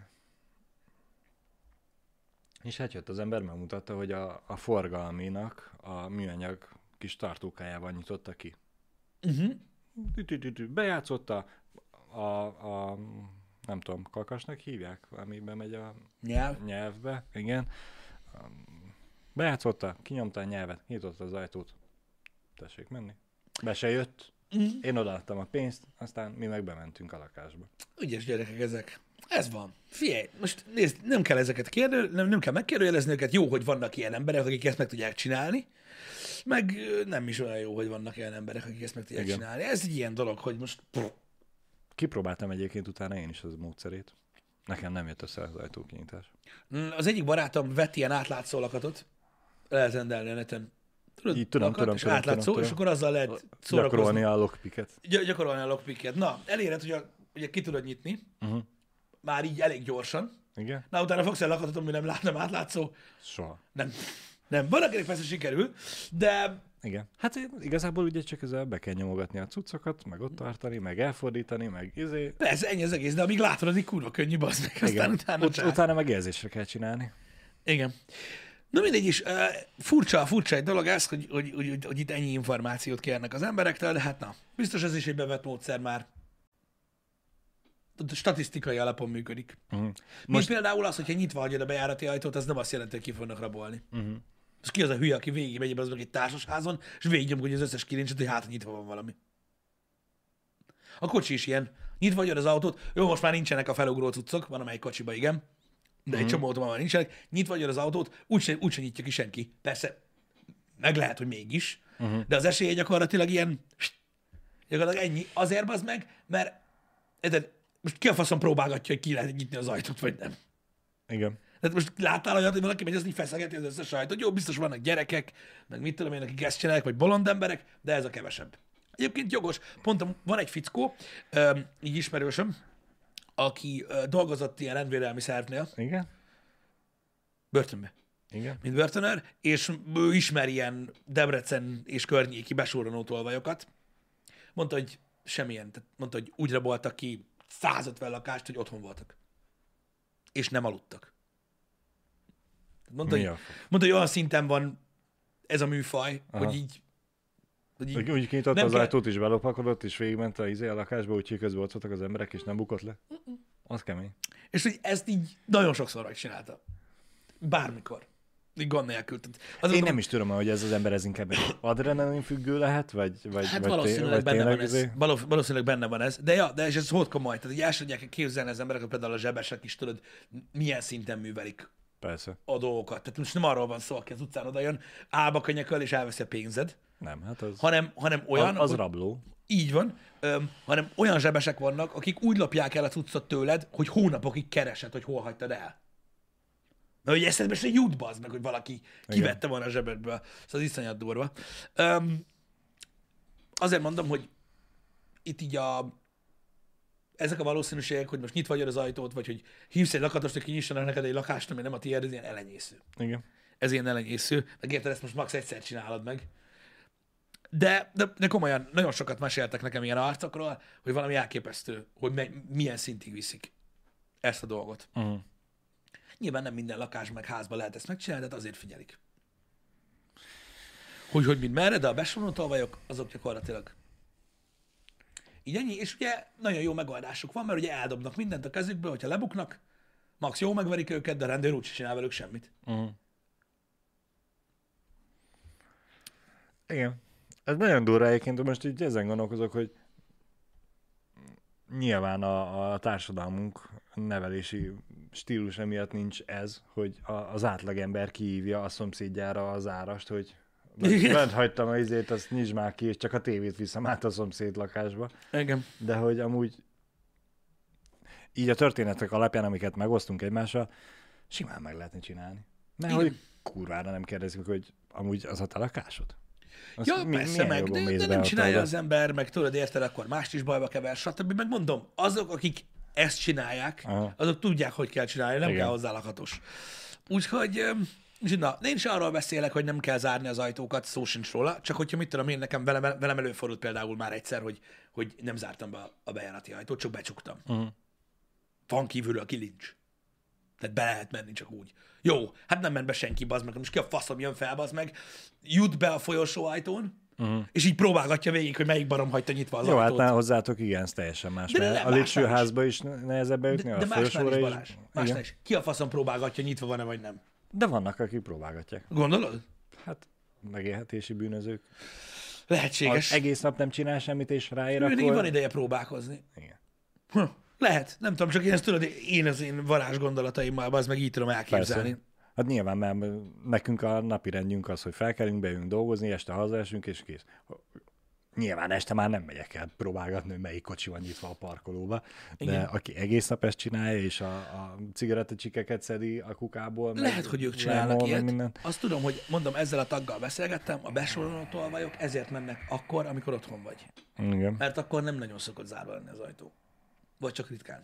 B: És hát jött az ember, megmutatta, hogy a, a forgalminak a műanyag kis tartókájával nyitotta ki. Uh-huh. Bejátszotta a, a, a nem tudom, kakasnak hívják, amiben megy a
A: Nyelv.
B: nyelvbe. Igen. Bejátszotta, kinyomta a nyelvet, nyitotta az ajtót. Tessék menni. Be se jött. Mm. Én odaadtam a pénzt, aztán mi meg bementünk a lakásba.
A: Ügyes gyerekek ezek. Ez van. Figyelj, most nézd, nem kell ezeket kérdő, nem, nem kell megkérdőjelezni őket. Jó, hogy vannak ilyen emberek, akik ezt meg tudják csinálni. Meg nem is olyan jó, hogy vannak ilyen emberek, akik ezt meg tudják igen. csinálni. Ez egy ilyen dolog, hogy most...
B: Kipróbáltam egyébként utána én is az módszerét. Nekem nem jött össze az ajtókinyitás.
A: Az egyik barátom vett ilyen átlátszó lakatot. Lehet rendelni a neten. Tudod,
B: így tudom,
A: lakat,
B: tudom,
A: és
B: tudom,
A: átlátszó,
B: tudom,
A: és akkor azzal lehet szórakozni.
B: Gyakorolni a lockpicket.
A: Gy- gyakorolni a lockpicket. Na, eléred, hogy a, ugye ki tudod nyitni. Uh-huh. Már így elég gyorsan.
B: Igen.
A: Na, utána fogsz el lakatot, ami nem, lát, nem átlátszó.
B: Soha.
A: Nem. Nem. Van, akinek persze sikerül, de
B: Igen. Hát igazából ugye csak ezzel be kell nyomogatni a cuccokat, meg ott tartani, meg elfordítani, meg izé.
A: Persze, ennyi az egész, de amíg látod, addig kurva könnyű, bazd meg, aztán utána
B: Ut- utána meg érzésre kell csinálni.
A: Igen. Na mindegy is, uh, furcsa, furcsa egy dolog ez, hogy, hogy, hogy, hogy, hogy itt ennyi információt kérnek az emberektől, de hát na, biztos ez is egy bevett módszer már. Statisztikai alapon működik. Uh-huh. Mint Most... például az, hogyha nyitva hagyod a bejárati ajtót, az nem azt jelenti, hogy ki fognak rabolni. Uh-huh. És ki az a hülye, aki végig megy az meg egy társasházon, és végignyomkodja az összes kilincset, hogy hát nyitva van valami. A kocsi is ilyen. Nyitva hagyod az autót, jó, most már nincsenek a felugró cuccok, van amelyik kocsiba, igen, de uh-huh. egy csomó autóban már nincsenek. Nyitva hagyod az autót, úgyse, úgyse nyitja ki senki. Persze, meg lehet, hogy mégis, uh-huh. de az esélye gyakorlatilag ilyen, gyakorlatilag ennyi. Azért az meg, mert de most ki a faszon próbálgatja, hogy ki lehet nyitni az ajtót, vagy nem.
B: Igen.
A: Tehát most láttál olyat, hogy valaki megy, azt így feszegeti az összes ajtót. Jó, biztos vannak gyerekek, meg mit tudom én, akik ezt csinálják, vagy bolond emberek, de ez a kevesebb. Egyébként jogos. Pont van egy fickó, így ismerősöm, aki dolgozott ilyen rendvédelmi szervnél.
B: Igen.
A: Börtönbe.
B: Igen.
A: Mint börtönőr, és ő ismer ilyen Debrecen és környéki besurranó tolvajokat. Mondta, hogy semmilyen. Tehát mondta, hogy úgy raboltak ki százötven lakást, hogy otthon voltak. És nem aludtak. Mondta, hogy, mondta, hogy olyan szinten van ez a műfaj, aha. hogy így...
B: Hogy így úgy kinyitott az kell... ajtót is, belopakodott, és végigment a, izé a lakásba, úgyhogy közben ott voltak az emberek, és nem bukott le. Uh-uh. Az kemény.
A: És hogy ezt így nagyon sokszor megcsinálta. Bármikor. Így gond nélkül.
B: Az Én nem is tudom, hogy ez az ember ez inkább adrenalin függő lehet, vagy, vagy,
A: hát
B: vagy,
A: valószínűleg,
B: vagy
A: benne van
B: izé...
A: ez. Valószínűleg benne van ez. De ja, de és ez hogy komoly. Tehát így el sem tudják képzelni az emberek, hogy például a zsebesek is tudod, milyen szinten művelik
B: Persze.
A: a dolgokat. Tehát most nem arról van szó, aki az utcán odajön, állba könyököl és elveszi a pénzed.
B: Nem, hát az...
A: Hanem, hanem olyan...
B: Az, az
A: hogy,
B: rabló.
A: Így van. Öm, hanem olyan zsebesek vannak, akik úgy lopják el a cuccot tőled, hogy hónapokig keresed, hogy hol hagytad el. Na, hogy eszedbe se jut, bazd meg, hogy valaki kivette volna a zsebedből. Szóval az iszonyat durva. Öm, azért mondom, hogy itt így a... ezek a valószínűségek, hogy most nyitva hagyod az ajtót, vagy hogy hívsz egy lakatost, hogy kinyissanak neked egy lakást, ami nem a tiéd, ez ilyen elenyésző.
B: Igen.
A: Ez ilyen elenyésző. Megérted, ezt most max egyszer csinálod meg. De, de, de komolyan, nagyon sokat meséltek nekem ilyen arcokról, hogy valami elképesztő, hogy me, milyen szintig viszik ezt a dolgot. Uh-huh. Nyilván nem minden lakás meg házban lehet ezt megcsinálni, de azért figyelik. Hogy, hogy mind merre, de a besorolótolvajok, azok gyakorlatilag így ennyi, és ugye nagyon jó megoldásuk van, mert ugye eldobnak mindent a kezükből, hogyha lebuknak, max jó megverik őket, de a rendőr úgy csinál velük semmit.
B: Uh-huh. Igen. Ez nagyon durva egyébként, most így ezen gondolkozok, hogy nyilván a, a társadalmunk nevelési stílus miatt nincs ez, hogy a, az átlagember kihívja a szomszédjára az árast, hogy bent hagytam az izét, azt nyisd már ki, és csak a tévét viszem át a szomszéd lakásba.
A: Igen.
B: De hogy amúgy így a történetek alapján, amiket megosztunk egymással, simán meg lehetne csinálni. Mert igen. Hogy kurvára nem kérdezik, hogy amúgy az a te lakásod?
A: Azt ja, mi, persze meg, de, de nem csinálja az ember, meg tudod, érted, akkor mást is bajba kever, stb. Meg mondom, azok, akik ezt csinálják, aha. azok tudják, hogy kell csinálni, nem igen. kell hozzá lakatos. Úgyhogy, na, én is arról beszélek, hogy nem kell zárni az ajtókat, szó sincs róla, csak hogyha mit tudom én, nekem velem, velem előfordult például már egyszer, hogy, hogy nem zártam be a bejárati ajtót, csak becsuktam. Uh-huh. Van kívülről a kilincs. Tehát be lehet menni csak úgy. Jó, hát nem ment be senki, bazd meg, most ki a faszom jön fel, bazd meg, jut be a folyosó ajtón, uh-huh. és így próbálgatja végig, hogy melyik barom hagyta nyitva az
B: jó,
A: ajtót.
B: Jó, hát hozzátok igen, ez teljesen más. De a lépcsőházba is nehezebb bejutni, a folyosóra is. Balázs, másnál is. Ki a faszom próbálgatja, nyitva van-e vagy nem? De vannak, akik próbálgatják. Gondolod? Hát megélhetési bűnözők. Lehetséges. Az egész nap nem csinál semmit, és ráér, akkor... Mindig van ideje próbálkozni. Igen. Hm. Lehet, nem tudom, csak én ezt tudod, én az én varázs gondolataimmal, az meg így tudom elképzelni. Persze. Hát nyilván, mert nekünk a napi rendjünk az, hogy felkelünk, bejövünk dolgozni, este hazaesünk, és kész. Nyilván este már nem megyek el próbálgatni, hogy melyik kocsi van nyitva a parkolóba, de igen. Aki egész nap ezt csinálja, és a, a cigarettacsikeket szedi a kukából. Lehet, hogy ők csinálnak ilyet. Mindent. Azt tudom, hogy mondom, ezzel a taggal beszélgettem, a besorolótolvajok ezért mennek akkor, amikor otthon vagy. Igen. Mert akkor nem nagyon szokott zárva lenni az ajtó. Vagy csak ritkán.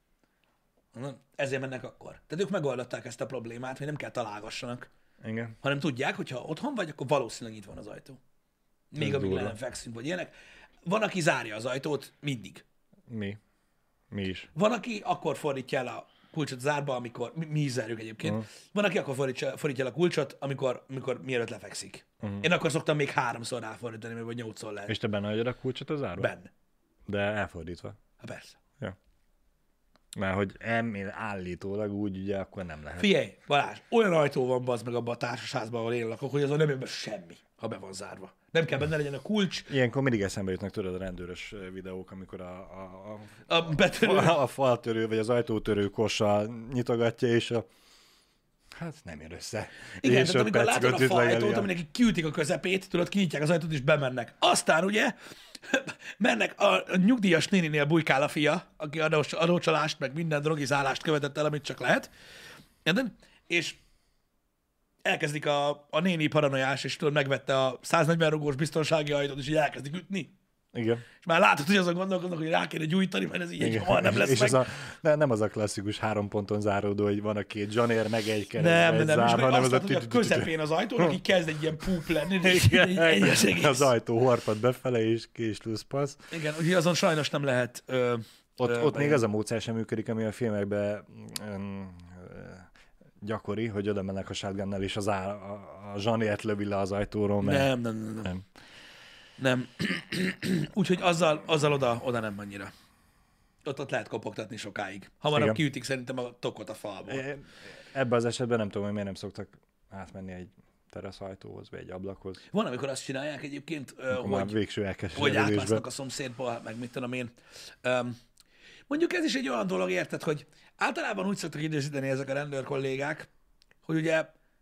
B: Ezért mennek akkor. Tehát ők megoldották ezt a problémát, hogy nem kell találgassanak. Igen. Hanem tudják, hogy ha otthon vagy, akkor valószínűleg itt van az ajtó.
A: még amíg le nem fekszünk, vagy ilyenek. Van, aki zárja az ajtót mindig.
B: Mi? Mi is.
A: Van, aki akkor fordítja el a kulcsot zárba, amikor, mi, mi is zárjuk egyébként, uh-huh. Van, aki akkor fordítja, fordítja el a kulcsot, amikor, amikor mielőtt lefekszik. Uh-huh. Én akkor szoktam még háromszor ráfordítani, vagy nyolcszor lehet.
B: És te benne hagyod a kulcsot a zárba?
A: Benne.
B: De elfordítva.
A: Ha persze.
B: Ja. Mert hogy elmél állítólag úgy, ugye, akkor nem lehet.
A: Figyelj, Balázs, olyan ajtó van bazd meg abban a társasházban, ahol én lakok, hogy azon nem jön be semmi, ha be van zárva. Nem kell benne legyen a kulcs.
B: Ilyenkor mindig eszembe jutnak, tudod, a rendőrös videók, amikor a, a,
A: a, a, betörő.
B: a, a faltörő, vagy az ajtótörő kossal nyitogatja, és a... Hát nem jön össze.
A: Igen, tehát amikor látod a faajtót, aminek kiütik a közepét, tudod, kinyitják az ajtót, és bemennek. Aztán ugye mennek, a, a nyugdíjas néninél bujkál a fia, aki adós, adócsalást, meg minden drogizálást követett el, amit csak lehet. És elkezdik a, a néni paranoiás, és tudod, megvette a száznegyven rugós biztonsági ajtót, és így elkezdik ütni.
B: Igen.
A: És már látod, hogy azon gondolkodnak, hogy rá kéne gyújtani, mert ez így egy hamar nem lesz
B: és
A: meg.
B: És a, ne, nem az a klasszikus három ponton záródó, hogy van a két zsanér, meg egy kereszt,
A: nem, nem, nem,
B: zár,
A: és
B: hanem
A: azt
B: az
A: látod, hogy a közepén az ajtónak így kezd egy ilyen púp lenni, egy
B: az ajtó horpad befele, és kés luszpasz.
A: Igen, úgyhogy azon sajnos nem lehet... Ö,
B: ott
A: ö,
B: ott még az a módszer sem működik, ami a filmekben um, gyakori, hogy oda mennek a shotgunnal, és az á, a, a zsanért lövi le az ajtóról. Mert...
A: Nem, nem, nem. nem. nem. Nem. Úgyhogy azzal, azzal oda, oda nem annyira. Ott, ott lehet kopogtatni sokáig. Hamarabb kiütik szerintem a tokot a falból.
B: Ebben az esetben nem tudom, hogy miért nem szoktak átmenni egy teraszajtóhoz, vagy egy ablakhoz.
A: Van, amikor azt csinálják egyébként,
B: hogy,
A: végső hogy átmásznak a szomszédból, meg mit tudom én. Um, mondjuk ez is egy olyan dolog, érted, hogy általában úgy szoktak időzíteni ezek a rendőr kollégák, hogy ugye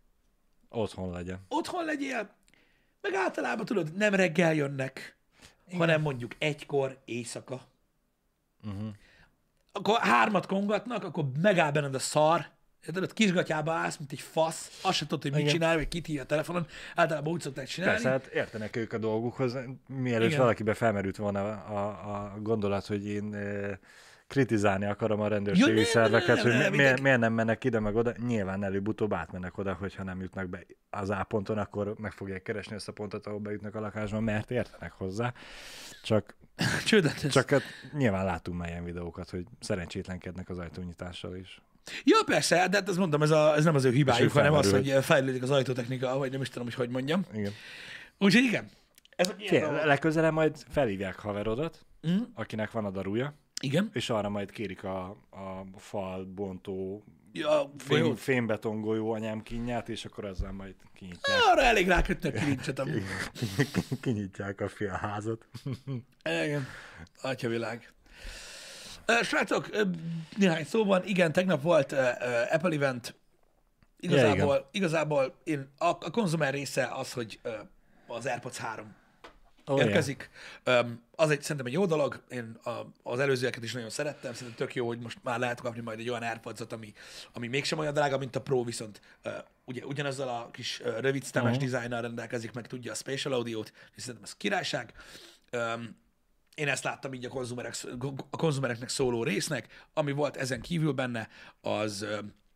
B: otthon legyen.
A: Otthon legyél, meg általában tudod, nem reggel jönnek, igen, hanem mondjuk egykor, éjszaka. Uh-huh. Akkor hármat kongatnak, akkor megáll benned a szar, tudod, kisgatyába állsz, mint egy fasz, azt sem tudod, hogy mit igen, csinál, vagy kit hív a telefonon, általában úgy szokták csinálni.
B: Persze, hát értenek ők a dolgukhoz, mielőtt igen, valakibe felmerült volna a, a, a gondolat, hogy én e, kritizálni akarom a rendőrségi ja, szerveket, hogy nem, miért, miért nem mennek ide, meg oda. Nyilván előbb-utóbb átmennek oda, hogyha nem jutnak be az A ponton, akkor meg fogják keresni ezt a pontot, ahol bejutnak a lakásban, mert értenek hozzá. Csak, csak hát nyilván látunk már ilyen videókat, hogy szerencsétlenkednek az ajtónyitással is.
A: Ja, persze, de hát azt mondom, ez, a, ez nem az ő hibájuk, hanem az, hogy fejlődik az ajtótechnika, vagy nem is tudom, hogy hogy mondjam. Igen. Úgyhogy igen. Ez
B: Fél, legközelebb majd felhívják haverodat, mm. akinek van a daruja.
A: Igen.
B: És arra majd kérik a, a falbontó
A: ja,
B: fém, fémbetongolyó anyám kínját, és akkor azzal majd kinyitják.
A: Arra elég rákötnek kilincset amúgy.
B: Kinyitják a félházat.
A: Igen. Atyavilág. Srácok, néhány szóban, igen, tegnap volt uh, Apple event. Igazából, ja, igazából én, a, a konzumer része az, hogy uh, az AirPods három oh, érkezik. Um, az egy, szerintem egy jó dolog. Én a, az előzőeket is nagyon szerettem. Szerintem tök jó, hogy most már lehet kapni majd egy olyan AirPods-ot, ami, ami mégsem olyan drága, mint a Pro, viszont uh, ugye, ugyanazzal a kis uh, rövid stemmes uh-huh. dizájnnal rendelkezik, meg tudja a spatial audio-t, és szerintem ez királyság. Um, Én ezt láttam így a, konzumerek, a konzumereknek szóló résznek, ami volt ezen kívül benne, az,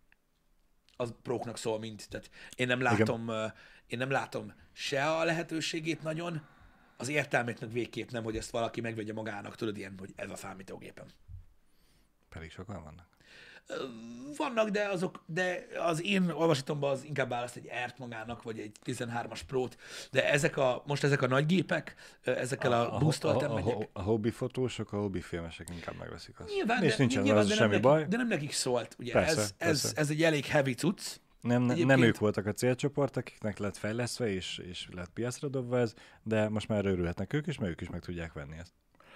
A: az próknak szól mind. Tehát én nem látom, én nem látom se a lehetőségét nagyon, az értelmét meg végképp nem, hogy ezt valaki megvegye magának, tudod, ilyen, hogy ez a számítógépem.
B: Pedig sokan vannak.
A: Vannak, de azok, de az én olvasatomban az inkább választ egy Air-t magának, vagy egy tizenhármas Pro-t, de ezek a, most ezek a nagy gépek, ezekkel a, a boostolt
B: a, a, a, a hobbi fotósok, a hobbi filmesek inkább megveszik azt.
A: Nyilván,
B: és
A: de,
B: nincsen
A: nyilván,
B: az
A: de
B: semmi
A: nekik,
B: baj.
A: De nem nekik szólt, ugye
B: persze,
A: ez,
B: persze.
A: Ez, ez egy elég heavy cucc.
B: Nem, ne, nem ők voltak a célcsoport, akiknek lett fejlesztve, és, és lett piacra dobva ez, de most már örülhetnek ők is, mert ők is meg tudják venni ezt.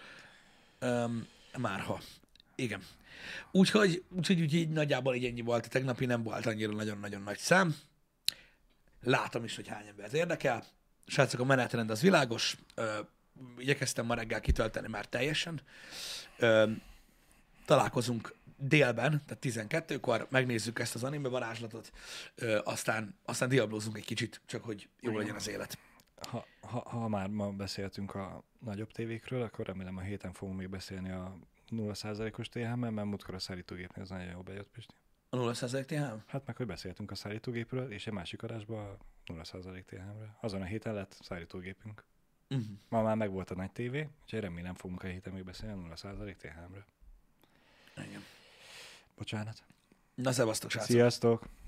A: Um, márha. Igen. Úgyhogy, úgyhogy úgy így nagyjából így ennyi volt. A tegnapi nem volt annyira nagyon-nagyon nagy szám. Látom is, hogy hány embert érdekel. Srácok, a menetrend az világos. Ö, igyekeztem ma reggel kitölteni már teljesen. Ö, találkozunk délben, tehát tizenkettőkor, megnézzük ezt az anime varázslatot, ö, aztán, aztán diablózunk egy kicsit, csak hogy jó legyen az élet.
B: Ha, ha, ha már ma beszéltünk a nagyobb tévékről, akkor remélem a héten fogunk még beszélni a nulla százalékos té há-mel, mert múltkor a szállítógépnél az nagyon jó bejött, Pisti.
A: A nulla százalék té há?
B: Hát meg, hogy beszéltünk a szállítógépről, és egy másik adásban a nulla százalék té há-ről. Azon a héten lett szállítógépünk. Uh-huh. Ma már meg volt a nagy tévé, úgyhogy remélem fogunk a héten még beszélni nulla százalék té há em-ről.
A: Igen.
B: Bocsánat.
A: Na, szevasztok, srácok.
B: Sziasztok.